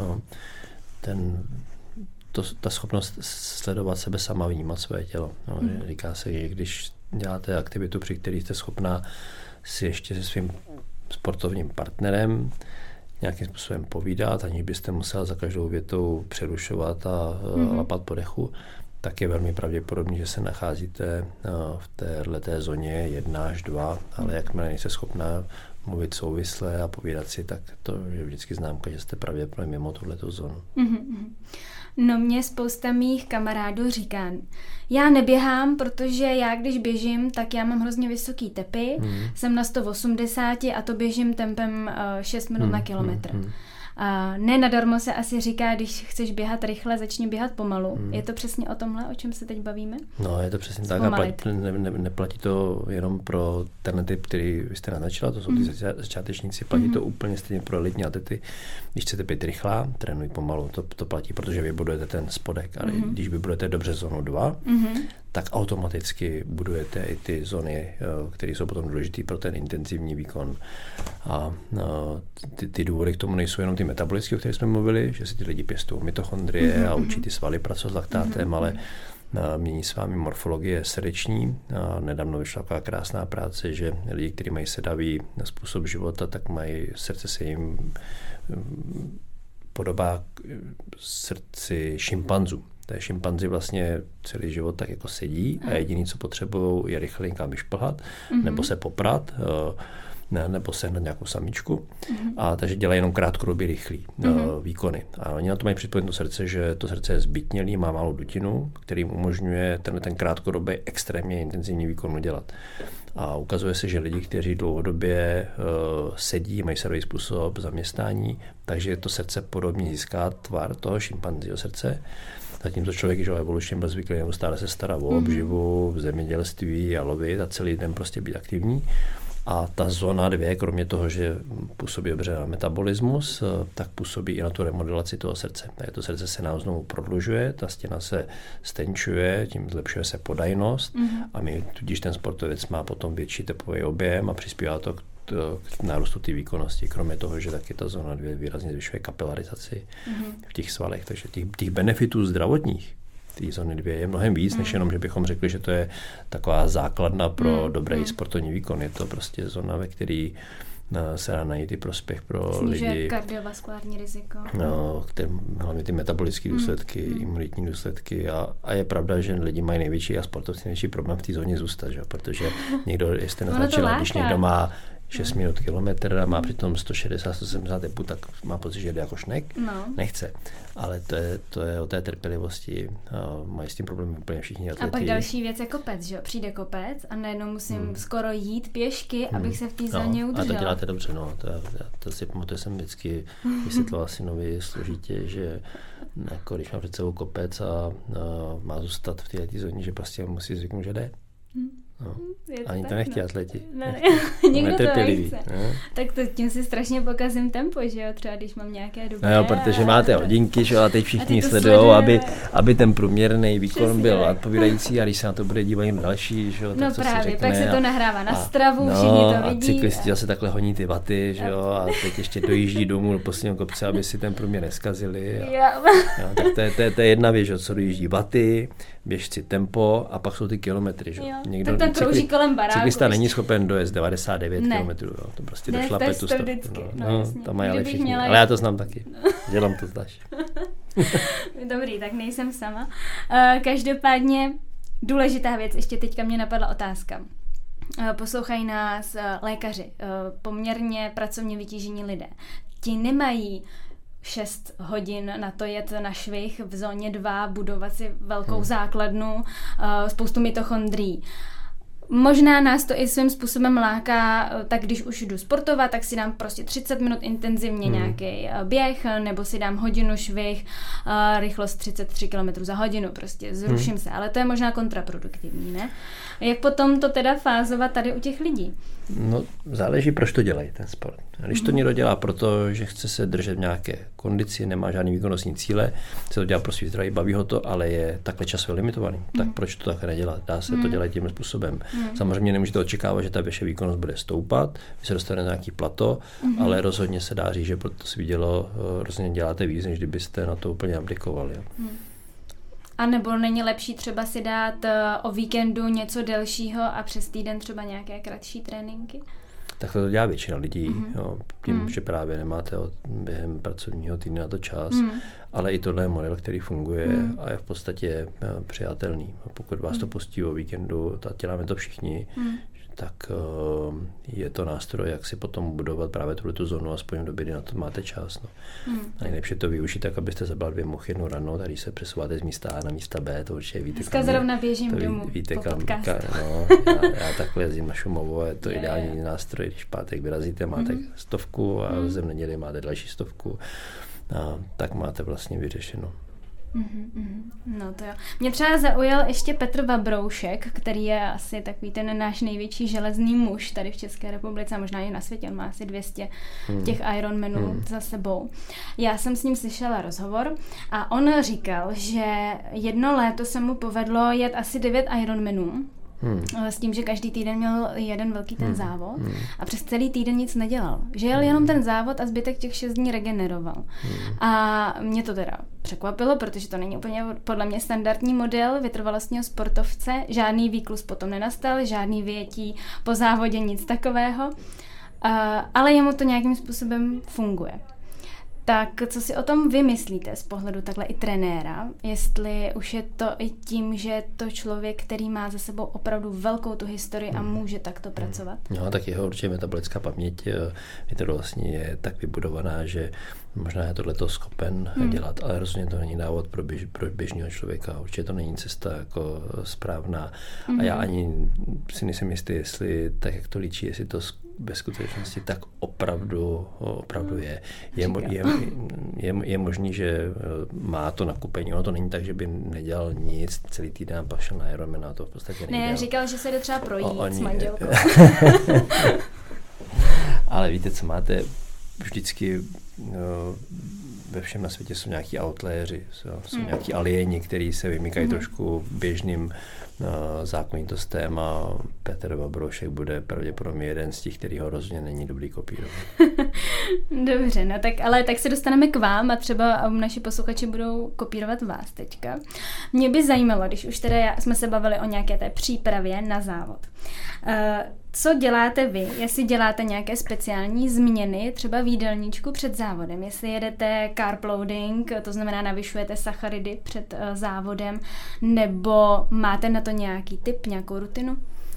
Ta schopnost sledovat sebe sama, vnímat své tělo. Říká se, že když děláte aktivitu, při které jste schopná si ještě se svým sportovním partnerem nějakým způsobem povídat, aniž byste musela za každou větou přerušovat a lapat po dechu, tak je velmi pravděpodobný, že se nacházíte v téhleté zóně 1 až 2, ale jakmile nejste schopná mluvit souvisle a povídat si, tak to je vždycky známka, že jste pravděpodobně mimo tuhletou zónu. No mě spousta mých kamarádů říká, já neběhám, protože já když běžím, tak já mám hrozně vysoký tepy, jsem na 180 a to běžím tempem 6 minut na kilometr. Ne nadarmo se asi říká, když chceš běhat rychle, začni běhat pomalu. Je to přesně o tomhle, o čem se teď bavíme? No, je to přesně tak a neplatí to jenom pro ten typ, který vy jste naznačila, to jsou ty začátečníci, platí to úplně stejně pro elitní atlety. Když chcete být rychlá, trénuj pomalu, to platí, protože vy budujete ten spodek, ale když vy budujete dobře zónu 2, tak automaticky budujete i ty zóny, které jsou potom důležité pro ten intenzivní výkon. A ty důvody k tomu nejsou jenom ty metabolické, o kterých jsme mluvili, že si ty lidi pěstují mitochondrie a učí ty svaly pracovat s laktátem, ale mění s vámi morfologie srdeční. Nedávno vyšla taková krásná práce, že lidi, kteří mají sedavý způsob života, tak mají srdce se jim podobá srdci šimpanzů. Té šimpanzi vlastně celý život tak jako sedí a jediný, co potřebují, je rychle někam vyšplhat, nebo se poprat, nebo sehnat nějakou samičku. A takže dělají jenom krátkodobě rychlý výkony. A oni na to mají připojené to srdce, že to srdce je zbytnělý, má malou dutinu, který jim umožňuje ten krátkodobě extrémně intenzivní výkon udělat. A ukazuje se, že lidi, kteří dlouhodobě sedí, mají sedavý způsob zaměstnání, takže to srdce podobně získá tvar toho šimpanzího srdce. Zatímco člověk, že evolučně byl zvyklý neustále se starat o obživu, v zemědělství a lovit a celý den prostě být aktivní. A ta zóna 2, kromě toho, že působí dobře na metabolismus, tak působí i na tu remodelaci toho srdce. Takže to srdce se nám znovu prodlužuje, ta stěna se stenčuje, tím zlepšuje se podajnost a tudíž ten sportovec má potom větší tepový objem a přispívá to k nárůstu té výkonnosti. Kromě toho, že taky ta zóna 2 výrazně zvyšuje kapilarizaci v těch svalech. Takže těch benefitů zdravotních té zóny 2 je mnohem víc, než jenom, že bychom řekli, že to je taková základna pro dobrý sportovní výkon. Je to prostě zóna, ve které se dá najít i prospěch pro lidi. Snižuje kardiovaskulární riziko. No, hlavně ty metabolické důsledky, imunitní důsledky a je pravda, že lidi mají největší a sportovci největší problém v té zóně zůstat, že? Protože někdo, jestli naznačila, když někdo má 6 minut kilometr a má přitom 160-170 tepů, tak má pocit, že jde jako šnek. Nechce. Ale to je o té trpělivosti. Mají s tím problém úplně všichni atleti. A pak další věc je kopec, že jo? Přijde kopec a najednou musím skoro jít pěšky, abych se v té zóně udržela. A to děláte dobře, no. To si pamatuju, jsem vždycky vysvětloval synovi složitě, že jako když má před sebou kopec a má zůstat v této zóně, že prostě musí zvyknout, že jde. No. Ani to nechtějí atleti. Nikdo to nechce. Tak to tím si strašně pokazím tempo, že jo? Třeba když mám nějaké dobré. No jo, protože máte hodinky, že jo, a teď všichni sledujou, aby ten průměrný výkon byl odpovídající a když se na to bude dívat další, že jo, tak no co právě, si řekne. Tak se to nahrává na stravu, všichni to vidí. A cyklisti zase takhle honí ty vaty, že jo, a teď ještě dojíždí domů do posledního kopce, aby si ten průměr neskazili. Jo, tak to je jedna věc, co dojíždí vaty, běžci tempo a pak jsou ty kilometry, že jo. Krouží kolem baráku. Cyklista není schopen dojet 99 km, to prostě došlape tu stopu. To mají ale všichni. Ale já to znám taky. Dělám to zdáš. Dobrý, tak nejsem sama. Každopádně důležitá věc, ještě teďka mě napadla otázka. Poslouchají nás lékaři, poměrně pracovně vytížení lidé. Ti nemají 6 hodin na to jet na švih v zóně 2, budovat si velkou základnu, spoustu mitochondrií. Možná nás to i svým způsobem láká, tak když už jdu sportovat, tak si dám prostě 30 minut intenzivně nějaký běh, nebo si dám hodinu švih, rychlost 33 km za hodinu, prostě zruším se, ale to je možná kontraproduktivní, ne? Jak potom to teda fázovat tady u těch lidí? No, záleží, proč to dělají ten sport. A když to někdo dělá proto, že chce se držet v nějaké kondici, nemá žádný výkonnostní cíle, se to dělá pro svý zdraví, baví ho to, ale je takhle časově limitovaný. Tak proč to takhle nedělat? Dá se to dělat tím způsobem. Samozřejmě nemůžete očekávat, že ta vaše výkonnost bude stoupat, vy se dostanete na nějaký plato, ale rozhodně se dá říct, že proto se vidělo, rozhodně děláte víc, než kdybyste na to úplně aplikovali. A nebo není lepší třeba si dát o víkendu něco delšího a přes týden třeba nějaké kratší tréninky? Takhle to dělá většina lidí, jo, tím, že právě nemáte během pracovního týdne na to čas, ale i tohle je model, který funguje a je v podstatě přijatelný. Pokud vás to pustí o víkendu, děláme to všichni, tak je to nástroj, jak si potom budovat právě tu zónu, aspoň v době, kdy na to máte čas. No. A nejlepší to využít tak, abyste zabral 2 muchy jednou ráno, tady se přesouváte z místa A na místa B, to určitě víte. Dneska zrovna běžím domů víte, po podcastu. Já takhle jezdím na Šumovu a je to ideální nástroj, když pátek vyrazíte, máte 100 a v neděli máte další 100 a tak máte vlastně vyřešeno. No to jo. Mě třeba zaujal ještě Petr Vabroušek, který je asi takový ten náš největší železný muž tady v České republice a možná i na světě. On má asi 200 těch Ironmanů za sebou. Já jsem s ním slyšela rozhovor a on říkal, že jedno léto se mu povedlo jet asi 9 Ironmanů. S tím, že každý týden měl jeden velký ten závod a přes celý týden nic nedělal. Že jel jenom ten závod a zbytek těch 6 dní regeneroval. A mě to teda překvapilo, protože to není úplně podle mě standardní model vytrvalostního sportovce. Žádný výklus potom nenastal, žádný vyjetí po závodě, nic takového. Ale jemu to nějakým způsobem funguje. Tak co si o tom vy myslíte z pohledu takhle i trenéra? Jestli už je to i tím, že je to člověk, který má za sebou opravdu velkou tu historii a může takto pracovat? No, tak jeho určitě metabolická paměť vlastně je tak vybudovaná, že možná je tohleto schopen dělat, ale rozhodně to není návod pro běžného člověka. Určitě to není cesta jako správná. A já ani si nejsem jistý, jestli tak, jak to líčí, jestli to ve skutečnosti tak opravdu je. Je možný, že má to nakupení. Ono to není tak, že by nedělal nic celý týden a pak šel na Ironman a to v podstatě nedělal. Ne, říkal, že se jde třeba projít s manželkou. Ale víte, co máte vždycky ve všem na světě jsou nějaký outlieri, jsou nějaký alieni, kteří se vymykají trošku běžným zákonitostem a Petr Vabroušek bude pravděpodobně jeden z těch, který ho rozhodně není dobrý kopírovat. Dobře, no tak se dostaneme k vám a třeba naši posluchači budou kopírovat vás teďka. Mě by zajímalo, když už teda jsme se bavili o nějaké té přípravě na závod. Co děláte vy? Jestli děláte nějaké speciální změny, třeba v jídelníčku před závodem, jestli jedete carb loading, to znamená navyšujete sacharidy před závodem, nebo máte na to nějaký tip, nějakou rutinu?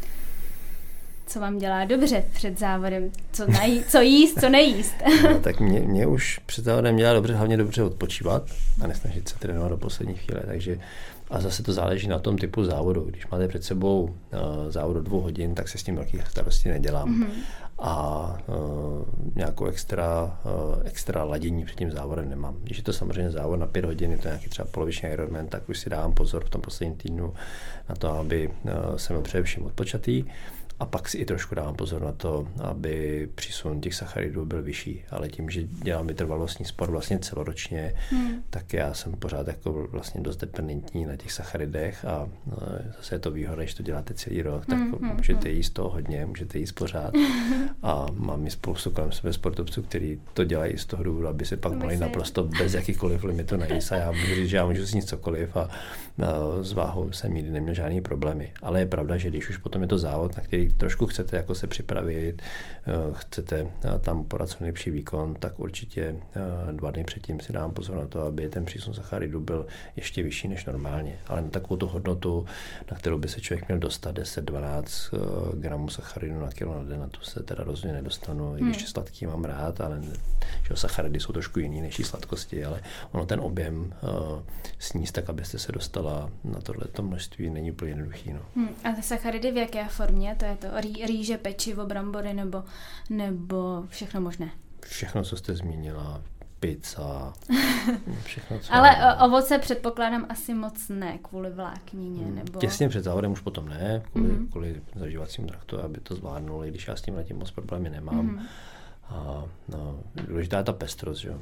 Co vám dělá dobře před závodem? Co jíst, co nejíst? No, tak mě už před závodem dělá dobře, hlavně dobře odpočívat a nesnažit se trénovat do poslední chvíle, takže a zase to záleží na tom typu závodu. Když máte před sebou závod 2 hodin, tak se s tím velkých starostí nedělám. A nějakou extra ladění před tím závodem nemám. Když je to samozřejmě závod na 5 hodin, je to nějaký třeba poloviční Ironman, tak už si dávám pozor v tom posledním týdnu na to, aby jsem byl především odpočatý. A pak si i trošku dávám pozor na to, aby přísun těch sacharidů byl vyšší. Ale tím, že dělám vytrvalostní sport vlastně celoročně, tak já jsem pořád jako vlastně dost dependentní na těch sacharidech a zase je to výhoda, když to děláte celý rok, tak můžete jíst toho hodně, můžete jíst pořád. A mám i spoustu kolem sebe sportovců, kteří to dělají z toho důvodu, aby se pak mohli naprosto bez jakýchkoliv limitu najíst. A já můžu říct, že já můžu sníst cokoliv a s váhou jsem nikdy neměl žádný problémy. Ale je pravda, že když už potom je to závod, na který trošku chcete jako se připravit, chcete tam podat co nejlepší výkon, tak určitě 2 dny předtím si dám pozor na to, aby ten přísun sacharidů byl ještě vyšší než normálně. Ale na takovou tu hodnotu, na kterou by se člověk měl dostat 10-12 gramů sacharidů na kilo na den, na to se teda rozhodně nedostanu, i když sladký mám rád, ale že sacharidy jsou trošku jiný než sladkosti, ale ono ten objem sníst tak, abyste se dostala na tohleto množství, není úplně jednoduchý. No. A sacharidy v jaké formě? To je to rýže, pečivo, brambory nebo všechno možné? Všechno, co jste zmínila, pizza, všechno, co... Ale ovoce předpokládám asi moc ne, kvůli vláknině, nebo... Těsně před závodem už potom ne, kvůli zažívacímu traktu, aby to zvládnul, i když já s tím letím moc problémy nemám. A důležitá je ta pestrost, že jo.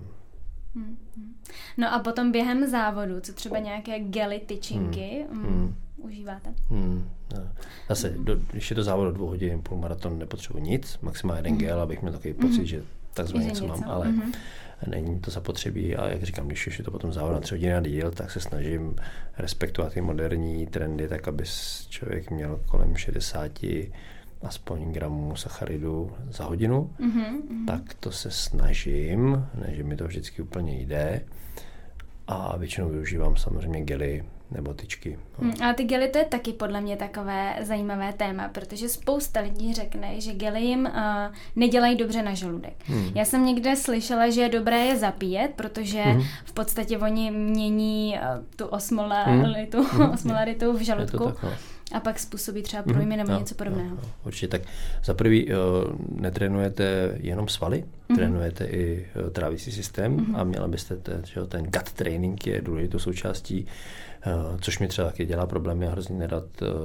No a potom během závodu, co třeba nějaké gely, tyčinky užíváte? Zase, když je to závod 2 hodin, půlmaraton, nepotřebuji nic, maximálně 1 gel, abych měl takový pocit, že takzvaně něco mám, ale není to zapotřebí a jak říkám, když už je to potom závod na 3 hodiny a díl, tak se snažím respektovat ty moderní trendy, tak aby člověk měl kolem 60 aspoň gramů sacharidu za hodinu, tak to se snažím, ne, že mi to vždycky úplně jde. A většinou využívám samozřejmě gely nebo tyčky. A ty gely, to je taky podle mě takové zajímavé téma, protože spousta lidí řekne, že gely jim nedělají dobře na žaludek. Já jsem někde slyšela, že je dobré je zapíjet, protože v podstatě oni mění tu osmolaritu v žaludku. A pak způsobí třeba průjmy nebo něco podobného. Určitě. Tak za prvý netrénujete jenom svaly, trénujete i trávicí systém a měla byste, ten gut training je důležitou součástí, což mi třeba taky dělá problémy a hrozně nerad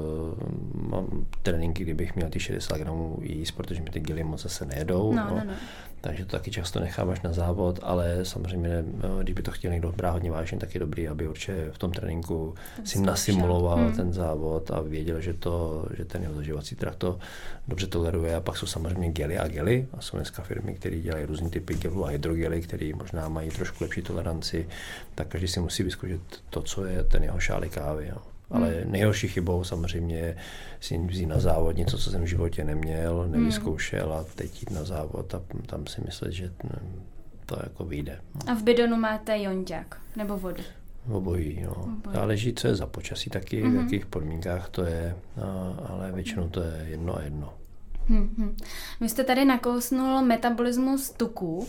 mám tréninky, kdybych měl ty 60 gramů jíst, protože mi ty gely moc zase nejedou. No. Takže to taky často necháváš na závod, ale samozřejmě, když by to chtěl někdo brát hodně vážně, tak je dobrý, aby určitě v tom tréninku si nasimuloval ten závod a věděl, že ten jeho zaživací trakt to dobře toleruje. A pak jsou samozřejmě gely a jsou dneska firmy, které dělají různý typy gelů a hydrogely, které možná mají trošku lepší toleranci, tak každý si musí vyzkoušet to, co je ten jeho šálek kávy. Jo. Ale nejhorší chybou samozřejmě je si vzít na závod něco, co jsem v životě neměl, nevyzkoušel a teď jít na závod a tam si myslet, že to jako vyjde. A v bidonu máte jonťák nebo vodu? Obojí, no. Záleží, co je za počasí taky, v jakých podmínkách to je, ale většinou to je jedno a jedno. Vy jste tady nakousnul metabolismus tuků.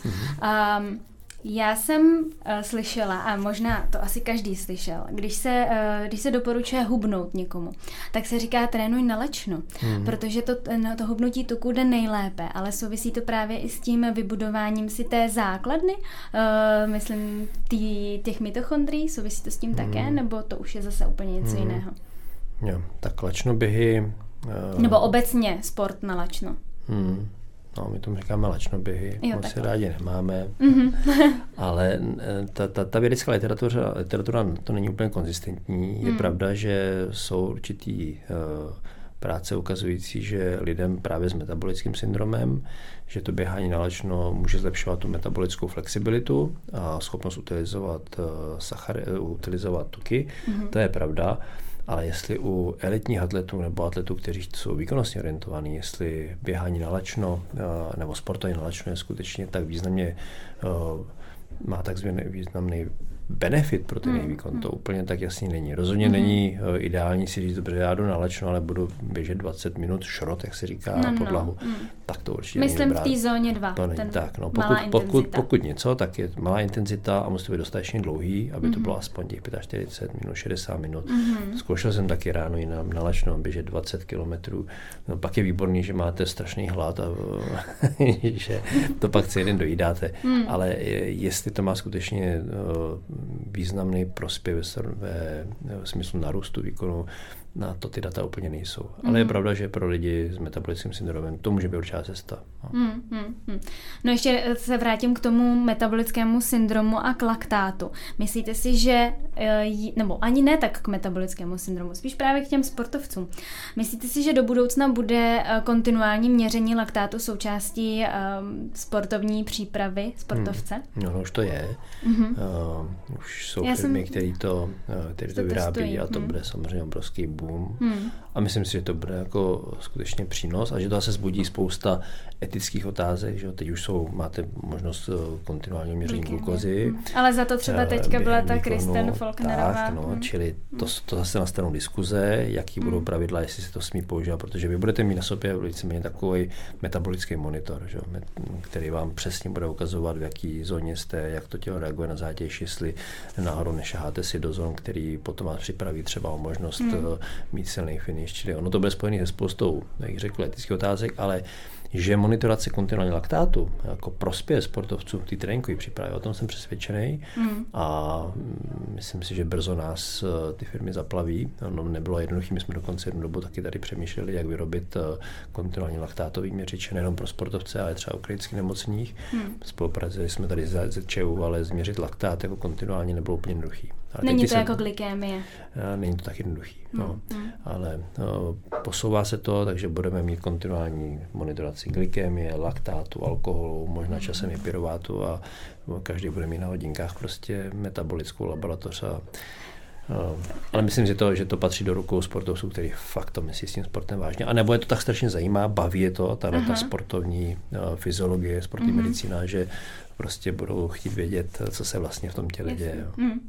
Já jsem slyšela, a možná to asi každý slyšel, když se doporučuje hubnout někomu, tak se říká trénuj na lečno, protože to hubnutí tuku jde nejlépe, ale souvisí to právě i s tím vybudováním si té základny, myslím těch mitochondrií, souvisí to s tím také, nebo to už je zase úplně něco jiného? Jo, tak lačnoběhy... Nebo obecně sport na lačno. No, my tomu říkáme lačnoběhy, moc se rádi nemáme, ale ta vědecká literatura to není úplně konzistentní. Je pravda, že jsou určitý práce ukazující, že lidem právě s metabolickým syndromem, že to běhání na lačno může zlepšovat tu metabolickou flexibilitu a schopnost utilizovat tuky. To je pravda. Ale jestli u elitních atletů nebo atletů, kteří jsou výkonnostně orientovaní, jestli běhání na lačno nebo sportování na lačno je skutečně tak významně má tak významný benefit pro ten výkon, to úplně tak jasný není. Rozhodně není ideální si říct, dobře, já jdu na lačno, ale budu běžet 20 minut šrot, jak se říká, na podlahu. Tak to určitě myslím v té zóně 2. To není tak. No, pokud něco, tak je malá intenzita a musí být dostatečně dlouhý, aby to bylo aspoň těch 45 minut, 60 minut. Zkoušel jsem taky ráno i na lačno běžet 20 kilometrů. No, pak je výborný, že máte strašný hlad a že to pak celý den dojídáte. Ale jestli to má skutečně významný prospěch ve smyslu nárůstu výkonu, na to ty data úplně nejsou. Ale je pravda, že pro lidi s metabolickým syndromem to může být určitá cesta. No ještě se vrátím k tomu metabolickému syndromu a k laktátu. Myslíte si, že, nebo ani ne tak k metabolickému syndromu, spíš právě k těm sportovcům. Myslíte si, že do budoucna bude kontinuální měření laktátu součástí sportovní přípravy sportovce? No, už to je. Už jsou firmy, které to vyrábí a to bude samozřejmě obrovský boom. A myslím si, že to bude jako skutečně přínos a že to zase zbudí spousta etických otázek, že teď už máte možnost kontinuálního měření glukozy. Ale za to třeba teďka byla ta Kristen Faulknerová. Tak, čili to zase nastanou diskuze, jaký budou pravidla, jestli se to smí používat, protože vy budete mít na sobě víceméně takový metabolický monitor, že, který vám přesně bude ukazovat, v jaký zóně jste, jak to tělo reaguje na zátěž, jestli náhodou nešaháte si do zón, který potom vás připraví třeba o možnost mít silný finish. Čili ono to bude spojené se spoustou, jak řekl, etických otázek, ale že monitorace kontinuální laktátu jako prospěch sportovců v té tréninkové přípravě, o tom jsem přesvědčený a myslím si, že brzo nás ty firmy zaplaví. No, nebylo jednoduché, my jsme dokonce jednu dobu taky tady přemýšleli, jak vyrobit kontinuální laktátový měřiče nejenom pro sportovce, ale třeba u kritických nemocných. Spolupracovali jsme tady s ZČU, ale změřit laktát jako kontinuálně nebylo úplně jednoduché. Není to jako glykémie. Není to tak jednoduchý. Ale posouvá se to, takže budeme mít kontinuální monitoraci glykémie, laktátu, alkoholu, možná časem i pyruvátu a každý bude mít na hodinkách prostě metabolickou laboratoř a Ale myslím, že to patří do rukou sportovců, který fakt to myslí s tím sportem vážně. A nebo je to tak strašně zajímá, baví je to, ta sportovní fyziologie, sportovní medicína, že prostě budou chtít vědět, co se vlastně v tom těle děje.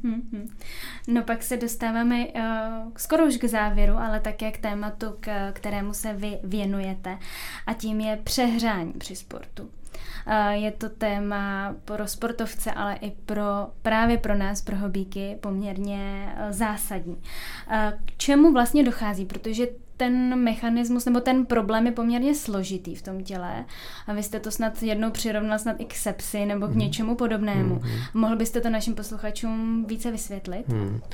No pak se dostáváme skoro už k závěru, ale také k tématu, kterému se vy věnujete. A tím je přehrání při sportu. Je to téma pro sportovce, ale i právě pro nás, pro hobíky, poměrně zásadní. K čemu vlastně dochází? Protože ten mechanismus nebo ten problém je poměrně složitý v tom těle. A vy jste to snad jednou přirovnal snad i k sepsi nebo k něčemu podobnému. Mohl byste to našim posluchačům více vysvětlit?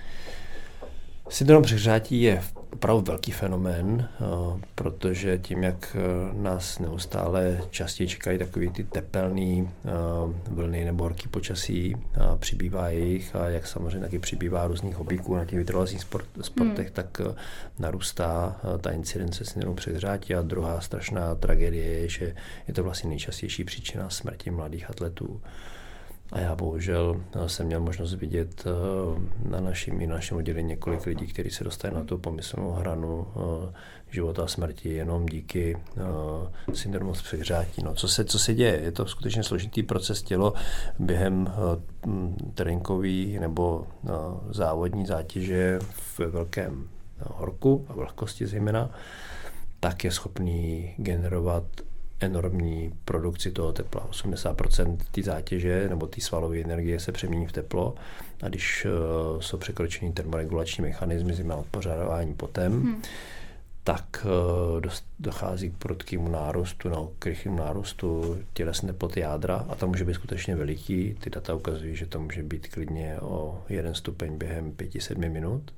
Syndrom přehřátí je opravdu velký fenomén, protože tím, jak nás neustále častěji čekají takový ty tepelný vlny nebo horký počasí, přibývá jich a jak samozřejmě taky přibývá různých hobíků na těch vytrvalostních sportech, tak narůstá ta incidence syndromu přehřátí. A druhá strašná tragédie je, že je to vlastně nejčastější příčina smrti mladých atletů. A já bohužel jsem měl možnost vidět na našem oddělení několik lidí, kteří se dostali na tu pomyslnou hranu života a smrti jenom díky syndromu přehřátí. No, co se děje? Je to skutečně složitý proces. Tělo během tréninkový nebo závodní zátěže v velkém horku a vlhkosti zejména, tak je schopný generovat enormní produkci toho tepla. 80% té zátěže nebo té svalové energie se přemění v teplo a když jsou překročeny termoregulační mechanismy, zejména odpořádání potem, tak dochází k prudkému nárůstu, k rychlému nárůstu tělesné teploty jádra a to může být skutečně veliký. Ty data ukazují, že to může být klidně o 1 stupeň během 5-7 minut.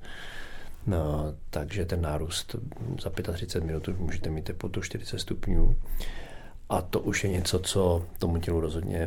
No, takže ten nárůst za 35 minut můžete mít teplotu 40 stupňů. A to už je něco, co tomu tělu rozhodně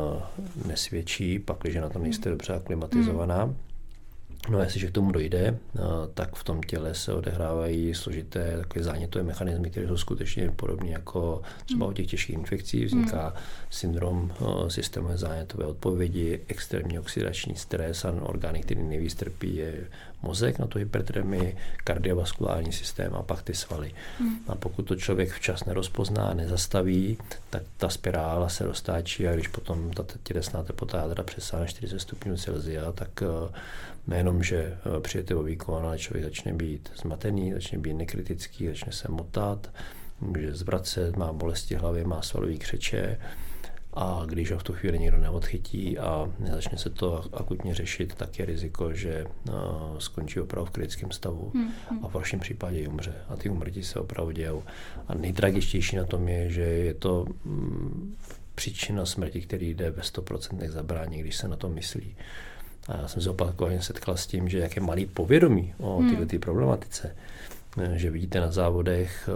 nesvědčí, pakliže na to nejste dobře aklimatizovaná. No a jestliže k tomu dojde, tak v tom těle se odehrávají složité takové zánětové mechanismy, které jsou skutečně podobné jako třeba u těch těžkých infekcí. Vzniká syndrom systémové zánětové odpovědi, extrémní oxidační stres a orgány, který nejvíc trpí, je mozek na tu hypertermii, kardiovaskulární systém a pak ty svaly. A pokud to člověk včas nerozpozná, nezastaví, tak ta spirála se roztáčí a když potom ta tělesná teplota jádra přesáhne 40 stupňů Celsia, tak nejenom, že přijete o výkon, ale člověk začne být zmatený, začne být nekritický, začne se motat, může zvracet, má bolesti hlavy, má svalový křeče a když ho v tu chvíli někdo neodchytí a nezačne se to akutně řešit, tak je riziko, že skončí opravdu v kritickém stavu a v horším případě i umře. A ty úmrtí se opravdu dějou. A nejtragičtější na tom je, že je to příčina smrti, který jde ve 100% zabránit, když se na to myslí. A já jsem se opakovaně setkal s tím, že jak je malý povědomí o této problematice, že vidíte na závodech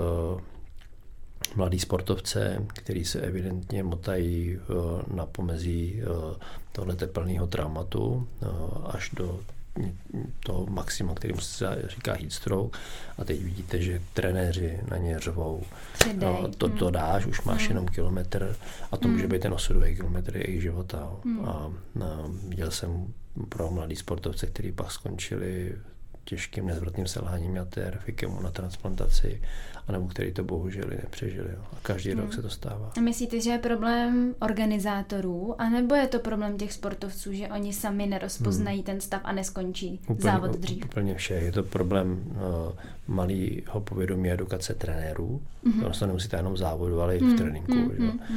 mladý sportovce, který se evidentně motají na pomezí tohle tepelného traumatu až do toho maxima, kterým se říká heat stroke. A teď vidíte, že trenéři na ně řvou. To dáš, už máš jenom kilometr a to může být ten osudový kilometr jejich života. A viděl jsem pro mladý sportovce, který pak skončili těžkým nezvratným selháním jater, fikemu na transplantaci, anebo který to bohužel nepřežili. A každý rok se to stává. A myslíte, že je problém organizátorů, anebo je to problém těch sportovců, že oni sami nerozpoznají ten stav a neskončí závod dřív? Úplně vše. Je to problém malého povědomí edukace trenérů. To nemusíte jenom závodu, ale i v tréninku.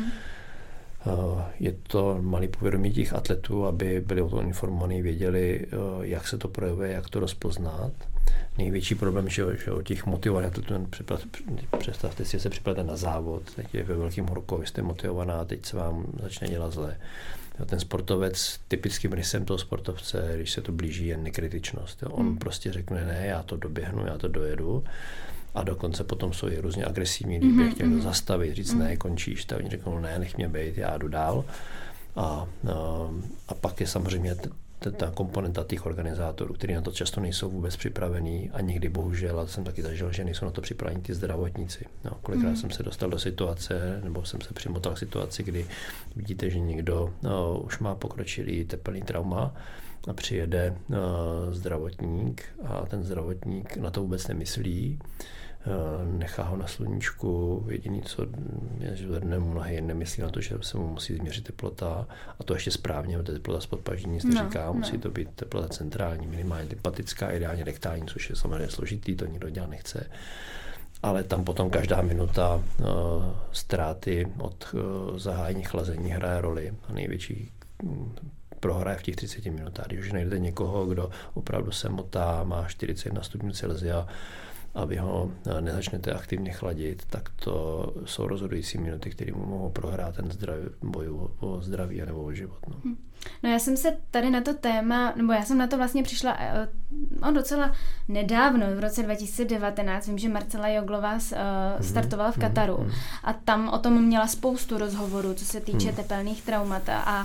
Je to malý povědomí těch atletů, aby byli o tom informovaní, věděli, jak se to projevuje, jak to rozpoznat. Největší problém, že o těch motivovaných atletů, představte si, že se připravujete na závod, teď je ve velkém horku, vy jste motivovaná a teď se vám začne dělat zle. Ten sportovec, typickým rysem toho sportovce, když se to blíží, je nekritičnost. On prostě řekne, ne, já to doběhnu, já to dojedu. A dokonce potom jsou i různě agresivní, když by chtěli zastavit, říct ne, končíš, tak oni řeknou ne, nech mě bejt, já jdu dál. A pak je samozřejmě ta komponenta těch organizátorů, kteří na to často nejsou vůbec připravení a někdy bohužel, a jsem taky zažil, že nejsou na to připraveni ty zdravotníci. No, kolikrát jsem se dostal do situace, nebo jsem se přimotal k situaci, kdy vidíte, že někdo už má pokročilý tepelný trauma a přijede zdravotník a ten zdravotník na to vůbec nemyslí, nechá ho na sluníčku, jediný, co je, že zvedne mu nohy, nemyslí na to, že se mu musí změřit teplota, a to ještě správně, protože teplota spod paží nic neříká, musí to být teplota centrální, minimálně lympatická, ideálně rektální, což je samozřejmě složitý, to nikdo dělat nechce. Ale tam potom každá minuta ztráty od zahájení chlazení hraje roli a největší prohraje v těch 30 minutách. Když už najdete někoho, kdo opravdu se motá, má 41 stupňů Celsia a vy ho nezačnete aktivně chladit, tak to jsou rozhodující minuty, které mu mohou prohrát ten boj o zdraví nebo o život. No já jsem se tady na to téma, nebo já jsem na to vlastně přišla docela nedávno, v roce 2019, vím, že Marcela Joglová startovala v Kataru a tam o tom měla spoustu rozhovorů, co se týče tepelných traumat a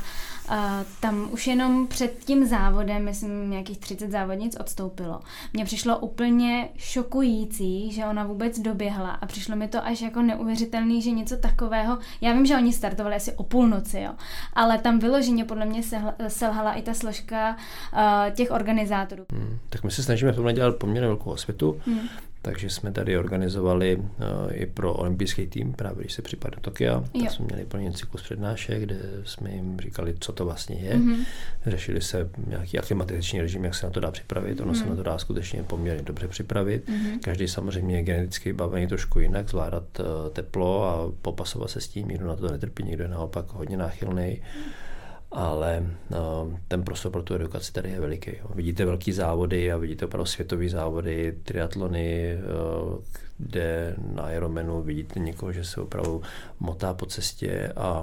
tam už jenom před tím závodem, myslím, nějakých 30 závodnic odstoupilo. Mně přišlo úplně šokující, že ona vůbec doběhla a přišlo mi to až jako neuvěřitelný, že něco takového, já vím, že oni startovali asi o půlnoci, jo, ale tam vyloženě podle mě selhala i ta složka těch organizátorů. Tak my se snažíme v tomhle dělat poměrně velkou osvětu, takže jsme tady organizovali i pro olympijský tým, právě když se připadl do Tokia, tak jsme měli plný cyklus přednášek, kde jsme jim říkali, co to vlastně je. Řešili se nějaký aklimatizační režim, jak se na to dá připravit. Ono se na to dá skutečně poměrně dobře připravit. Každý samozřejmě je geneticky bavený trošku jinak, zvládat teplo a popasovat se s tím. Někdo na to netrpí, někdo je naopak hodně náchylný. Ale ten prostor pro tu edukaci tady je veliký. Vidíte velký závody a vidíte opravdu světový závody, triatlony, kde na Ironmanu vidíte někoho, že se opravdu motá po cestě a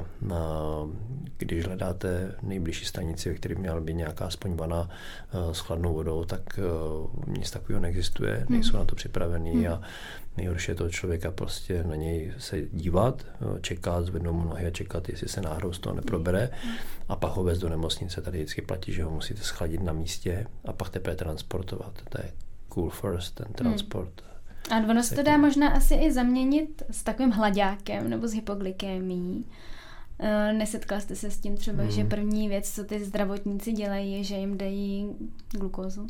když hledáte nejbližší stanici, ve které měla být nějaká aspoň vana s chladnou vodou, tak nic takového neexistuje, nejsou na to připravený a nejhorší je toho člověka prostě na něj se dívat, čekat, zvednout mu nohy a čekat, jestli se náhodou z toho neprobere a pak ho vést do nemocnice. Tady vždycky platí, že ho musíte schladit na místě a pak teprve transportovat. To je cool first, ten transport. A ono se to dá možná asi i zaměnit s takovým hladákem nebo s hypoglykémií. Nesetkala jste se s tím třeba, že první věc, co ty zdravotníci dělají, je, že jim dají glukózu?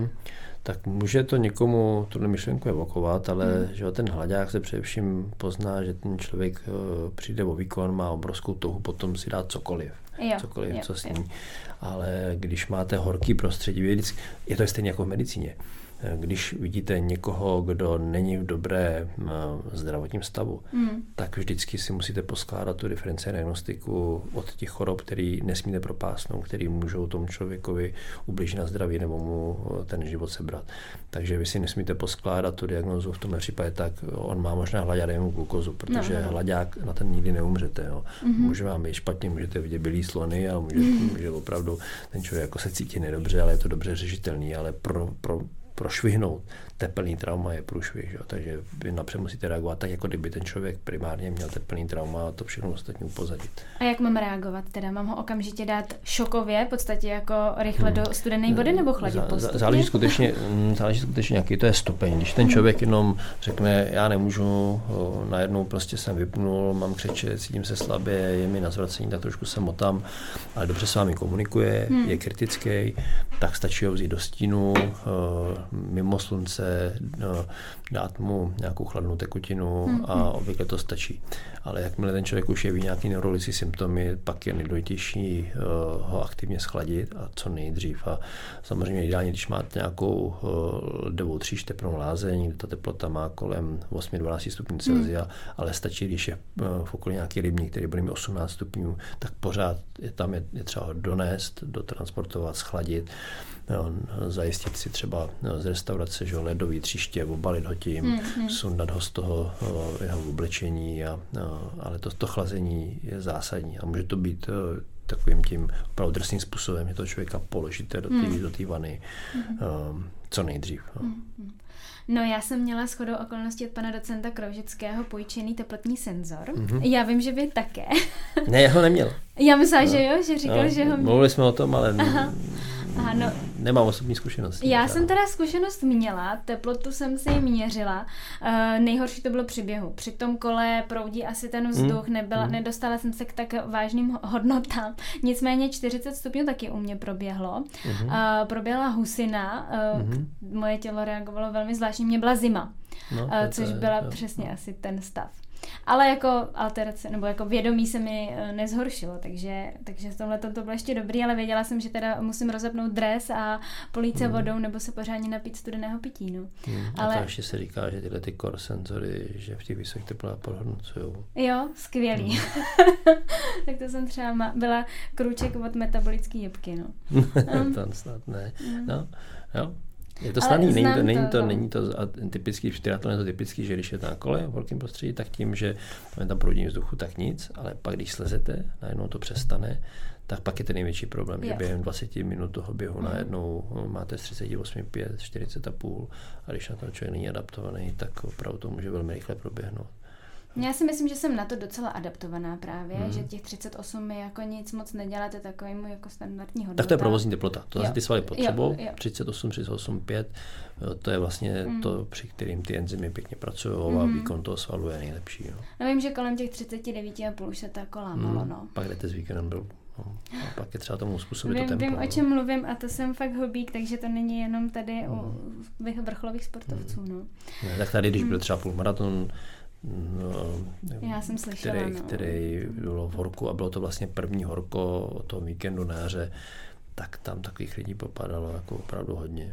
Tak může to někomu tuhle myšlenku evokovat, ale že ten hladák se především pozná, že ten člověk přijde o výkon, má obrovskou touhu potom si dát cokoliv, co sní. Ale když máte horký prostředí, je to stejně jako v medicíně. Když vidíte někoho, kdo není v dobré zdravotním stavu, tak vždycky si musíte poskládat tu diferenciální diagnostiku od těch chorob, které nesmíte propásnout, které můžou tomu člověkovi ublížit na zdraví nebo mu ten život sebrat. Takže vy si nesmíte poskládat tu diagnózu v tomhle případě tak, on má možná hladák jenom glukozu, protože hladák na ten nikdy neumřete. Jo. Může vám být špatně, můžete vidět bílý slony a může opravdu ten člověk jako se cítí nedobře, ale je to dobře řešitelný, ale prošvihnout tepelný trauma je průšvih, jo? Takže vy napřed musíte reagovat tak, jako kdyby ten člověk primárně měl tepelný trauma a to všechno ostatní upozadit. A jak mám reagovat? Teda mám ho okamžitě dát šokově, v podstatě jako rychle do studené vody nebo chladit postupně? Záleží skutečně, jaký to je stupeň. Když ten člověk jenom řekne, já nemůžu, najednou prostě jsem vypnul, mám křeče, cítím se slabě, je mi na zvracení, tak trošku se motám, ale dobře s vámi komunikuje, je kritický, tak stačí ho vzít do stínu, mimo slunce, dát mu nějakou chladnou tekutinu a obvykle to stačí. Ale jakmile ten člověk už jeví nějaký neurologický symptomy, pak je nejdůležitější ho aktivně schladit a co nejdřív. A samozřejmě ideálně, když máte nějakou ledovou tepelnou lázeň, kde ta teplota má kolem 8-12 stupňů Celsia, ale stačí, když je v okolí nějaký rybník, který bude mít 18 stupňů, tak pořád je třeba ho donést, dotransportovat, schladit, zajistit si třeba z restaurace, že ledový tříště, obalit ho tím, sundat ho z toho jeho oblečení, ale to chlazení je zásadní a může to být takovým tím opravdu drsným způsobem, že toho člověka položíte do té vany co nejdřív. No já jsem měla shodou okolností od pana docenta Kroužického půjčený teplotní senzor. Já vím, že vy také. Ne, já ho neměl. Já myslela, že jo, že říkal, že ho měl. Mluvili jsme o tom, ale nemám osobní zkušenost. Já jsem teda zkušenost měla, teplotu jsem si měřila. Nejhorší to bylo při běhu. Při tom kole proudí asi ten vzduch, nedostala jsem se k tak vážným hodnotám. Nicméně 40 stupňů taky u mě proběhlo. Proběhla husina, moje tělo reagovalo velmi zvláštně, mě byla zima, což byla přesně asi ten stav. Ale jako alterace, nebo jako vědomí se mi nezhoršilo, takže v tomhle to bylo ještě dobrý, ale věděla jsem, že teda musím rozepnout dres a polít se vodou, nebo se pořádně napít studeného pití, no. Ale... A to ještě se říká, že tyhle ty core senzory, že v těch vysokých teplotách podhodnocujou. Jo, skvělý. Tak to jsem třeba byla krůček od metabolické jibky, no. To snad ne. No, jo. Je to snadný, není to typický, v triatlonu je to typický, že když je na kole v horkém prostředí, tak tím, že tam proudí vzduchu, tak nic, ale pak když slezete, najednou to přestane, tak pak je ten největší problém, že během 20 minut toho běhu najednou máte z 38,5, 40,5 a když na to člověk není adaptovaný, tak opravdu to může velmi rychle proběhnout. Já si myslím, že jsem na to docela adaptovaná právě, že těch 38 mi jako nic moc neděláte takový můj jako standardní hodnota. Tak to je provozní teplota, to zase ty svaly potřebou, 38,5, to je vlastně to, při kterým ty enzymy pěkně pracují a výkon toho svalu je nejlepší. Jo. No vím, že kolem těch 39,5 už se to jako lámalo, no. Pak jdete s víkendem dolů. No. A pak je třeba tomu způsobit to tempo. Vím, o čem mluvím a to jsem fakt hobík, takže to není jenom tady u vrcholových sportovců. No. Ne, tak tady, když byl třeba půlmaraton, já jsem slyšela, který bylo v horku a bylo to vlastně první horko od toho víkendu na jaře, tak tam takových lidí popadalo jako opravdu hodně.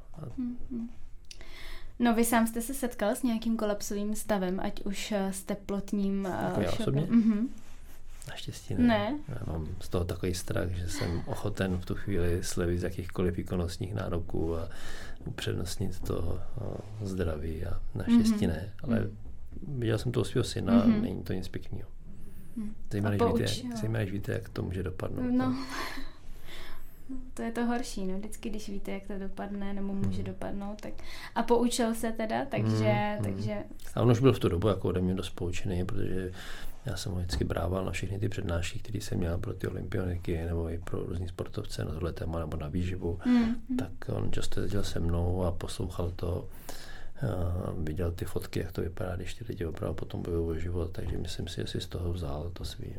No vy sám jste se setkal s nějakým kolapsovým stavem, ať už s teplotním jako já osobně? Naštěstí ne. Já mám z toho takový strach, že jsem ochoten v tu chvíli slevit z jakýchkoliv výkonnostních nároků a upřednostnit to zdraví a naštěstí ne, ale viděl jsem toho svého syna, není to nic pěkného. Zajímavé, když víte, jak to může dopadnout. No. To je to horší, no. Vždycky, když víte, jak to dopadne, nebo může dopadnout, tak... A poučil se teda, takže... A on už byl v tu dobu jako ode mě dost poučený, protože já jsem ho vždycky brával na všechny ty přednášky, které jsem měl pro ty olympioniky, nebo i pro různý sportovce na tohle téma, nebo na výživu. Tak on často jezdil se mnou a poslouchal to. Viděl ty fotky, jak to vypadá, když ty lidi opravdu potom bojují o život, takže myslím si, že si z toho vzal to svý.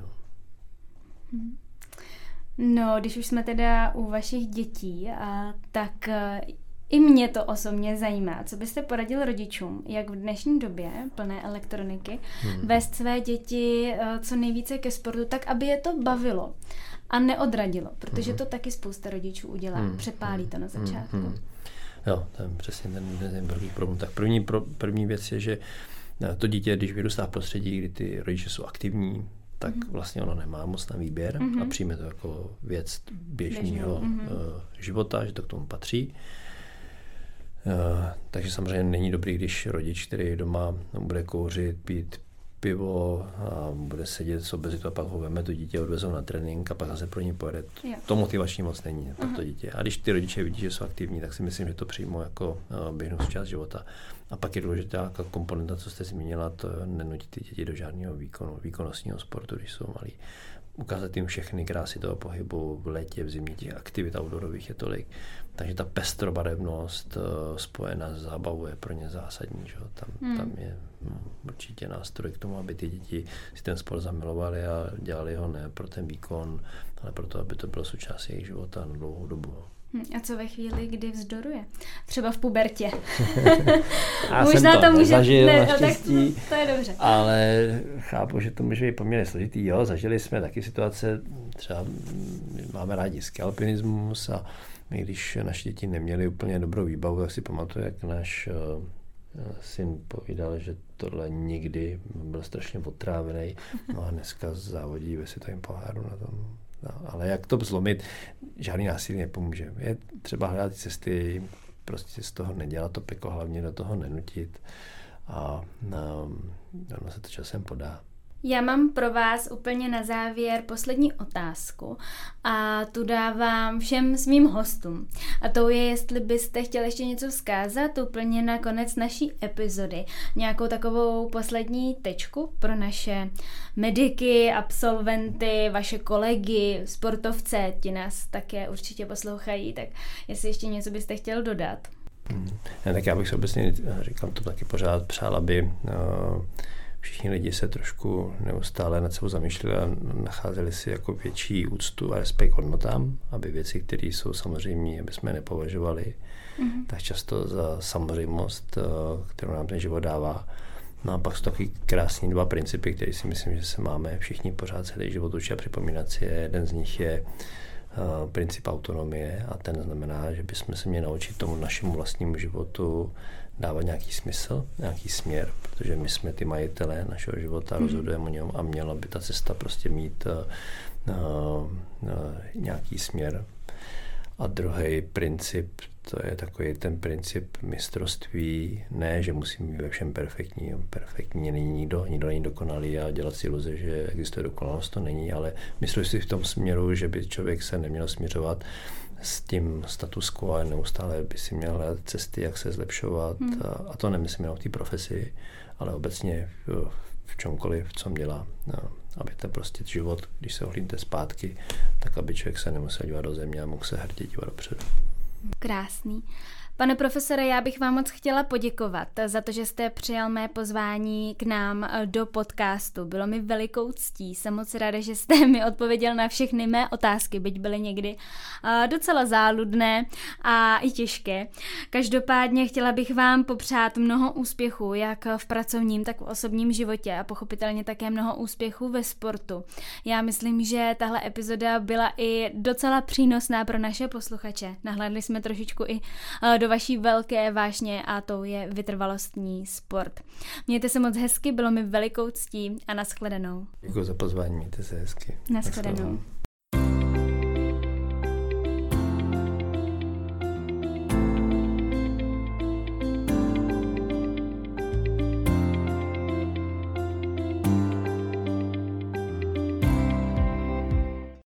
No, když už jsme teda u vašich dětí, tak i mě to osobně zajímá. Co byste poradil rodičům, jak v dnešní době plné elektroniky vést své děti co nejvíce ke sportu, tak aby je to bavilo a neodradilo, protože to taky spousta rodičů udělá, přepálí to na začátku. Jo, to je přesně ten velký problém. Tak první věc je, že to dítě, když vyrůstá v prostředí, kdy ty rodiče jsou aktivní, tak vlastně ono nemá moc na výběr a přijme to jako věc běžného života, že to k tomu patří. Takže samozřejmě není dobrý, když rodič, který doma bude kouřit, pít pivo a bude sedět s obezitou a pak ho veme to dítě, odvezou na trénink a pak zase pro ně pojede. To motivační moc není pro to dítě. A když ty rodiče vidí, že jsou aktivní, tak si myslím, že to přijmou jako běžnou součást života. A pak je důležitá komponenta, co jste zmínila, to nenutit ty děti do žádného výkonnostního sportu, když jsou malí. Ukázat jim všechny krásy toho pohybu v létě, v zimě, těch aktivit outdoorových je tolik. Takže ta pestrobarevnost spojená s zábavou je pro ně zásadní. Že? Tam je určitě nástroj k tomu, aby ty děti si ten sport zamilovali a dělali ho ne pro ten výkon, ale pro to, aby to bylo součástí jejich života na dlouhou dobu. A co ve chvíli, kdy vzdoruje? Třeba v pubertě. Já možná jsem to může... nezažil naštěstí, tak to je dobře. Ale chápu, že to může být poměrně složitý. Jo, zažili jsme taky situace, třeba máme rádi skialpinismus a my, když naši děti neměli úplně dobrou výbavu, tak si pamatuju, jak náš syn povídal, že tohle nikdy byl strašně otrávený. No a dneska závodí ve světovém poháru na tom. No, ale jak to zlomit, žádný násilí nepomůže. Je třeba hledat cesty, prostě z toho nedělat to peklo, hlavně do toho nenutit a ono se to časem podá. Já mám pro vás úplně na závěr poslední otázku a tu dávám všem svým hostům. A to je, jestli byste chtěli ještě něco vzkázat úplně na konec naší epizody. Nějakou takovou poslední tečku pro naše mediky, absolventy, vaše kolegy, sportovce, ti nás také určitě poslouchají, tak jestli ještě něco byste chtěl dodat. Tak já bych se obecně, říkám to taky pořád, přál, aby všichni lidi se trošku neustále nad sebou zamýšleli a nacházeli si jako větší úctu a respekt hodnotám, aby věci, které jsou samozřejmě, aby jsme je nepovažovali tak často za samozřejmost, kterou nám ten život dává. No a pak jsou takový krásný 2 principy, které si myslím, že se máme všichni pořád celý život učit a připomínat si. Jeden z nich je princip autonomie a ten znamená, že bychom se měli naučit tomu našemu vlastnímu životu dávat nějaký smysl, nějaký směr, protože my jsme ty majitelé našeho života, rozhodujeme o něm a měla by ta cesta prostě mít nějaký směr. A druhý princip, to je takový ten princip mistrovství, ne, že musím být ve všem perfektní. Perfektní není nikdo není dokonalý a dělat si iluze, že existuje dokonalost, to není, ale mistrovství v tom směru, že by člověk se neměl směřovat s tím status quo, ale neustále by si měl hledat cesty, jak se zlepšovat. A to nemyslím jenom v té profesi, ale obecně v čomkoliv, co dělá. Aby ten prostě život, když se ohlídnete zpátky, tak aby člověk se nemusel dívat do země a mohl se hrdě dívat dopředu. Krásný. Pane profesore, já bych vám moc chtěla poděkovat za to, že jste přijal mé pozvání k nám do podcastu. Bylo mi velikou ctí. Jsem moc ráda, že jste mi odpověděl na všechny mé otázky, byť byly někdy docela záludné a i těžké. Každopádně chtěla bych vám popřát mnoho úspěchů, jak v pracovním, tak v osobním životě a pochopitelně také mnoho úspěchů ve sportu. Já myslím, že tahle epizoda byla i docela přínosná pro naše posluchače. Nahlédli jsme trošičku i do vaší velké vášně a to je vytrvalostní sport. Mějte se moc hezky, bylo mi velikou ctí a nashledanou. Děkuji za pozvání, mějte se hezky. Nashledanou.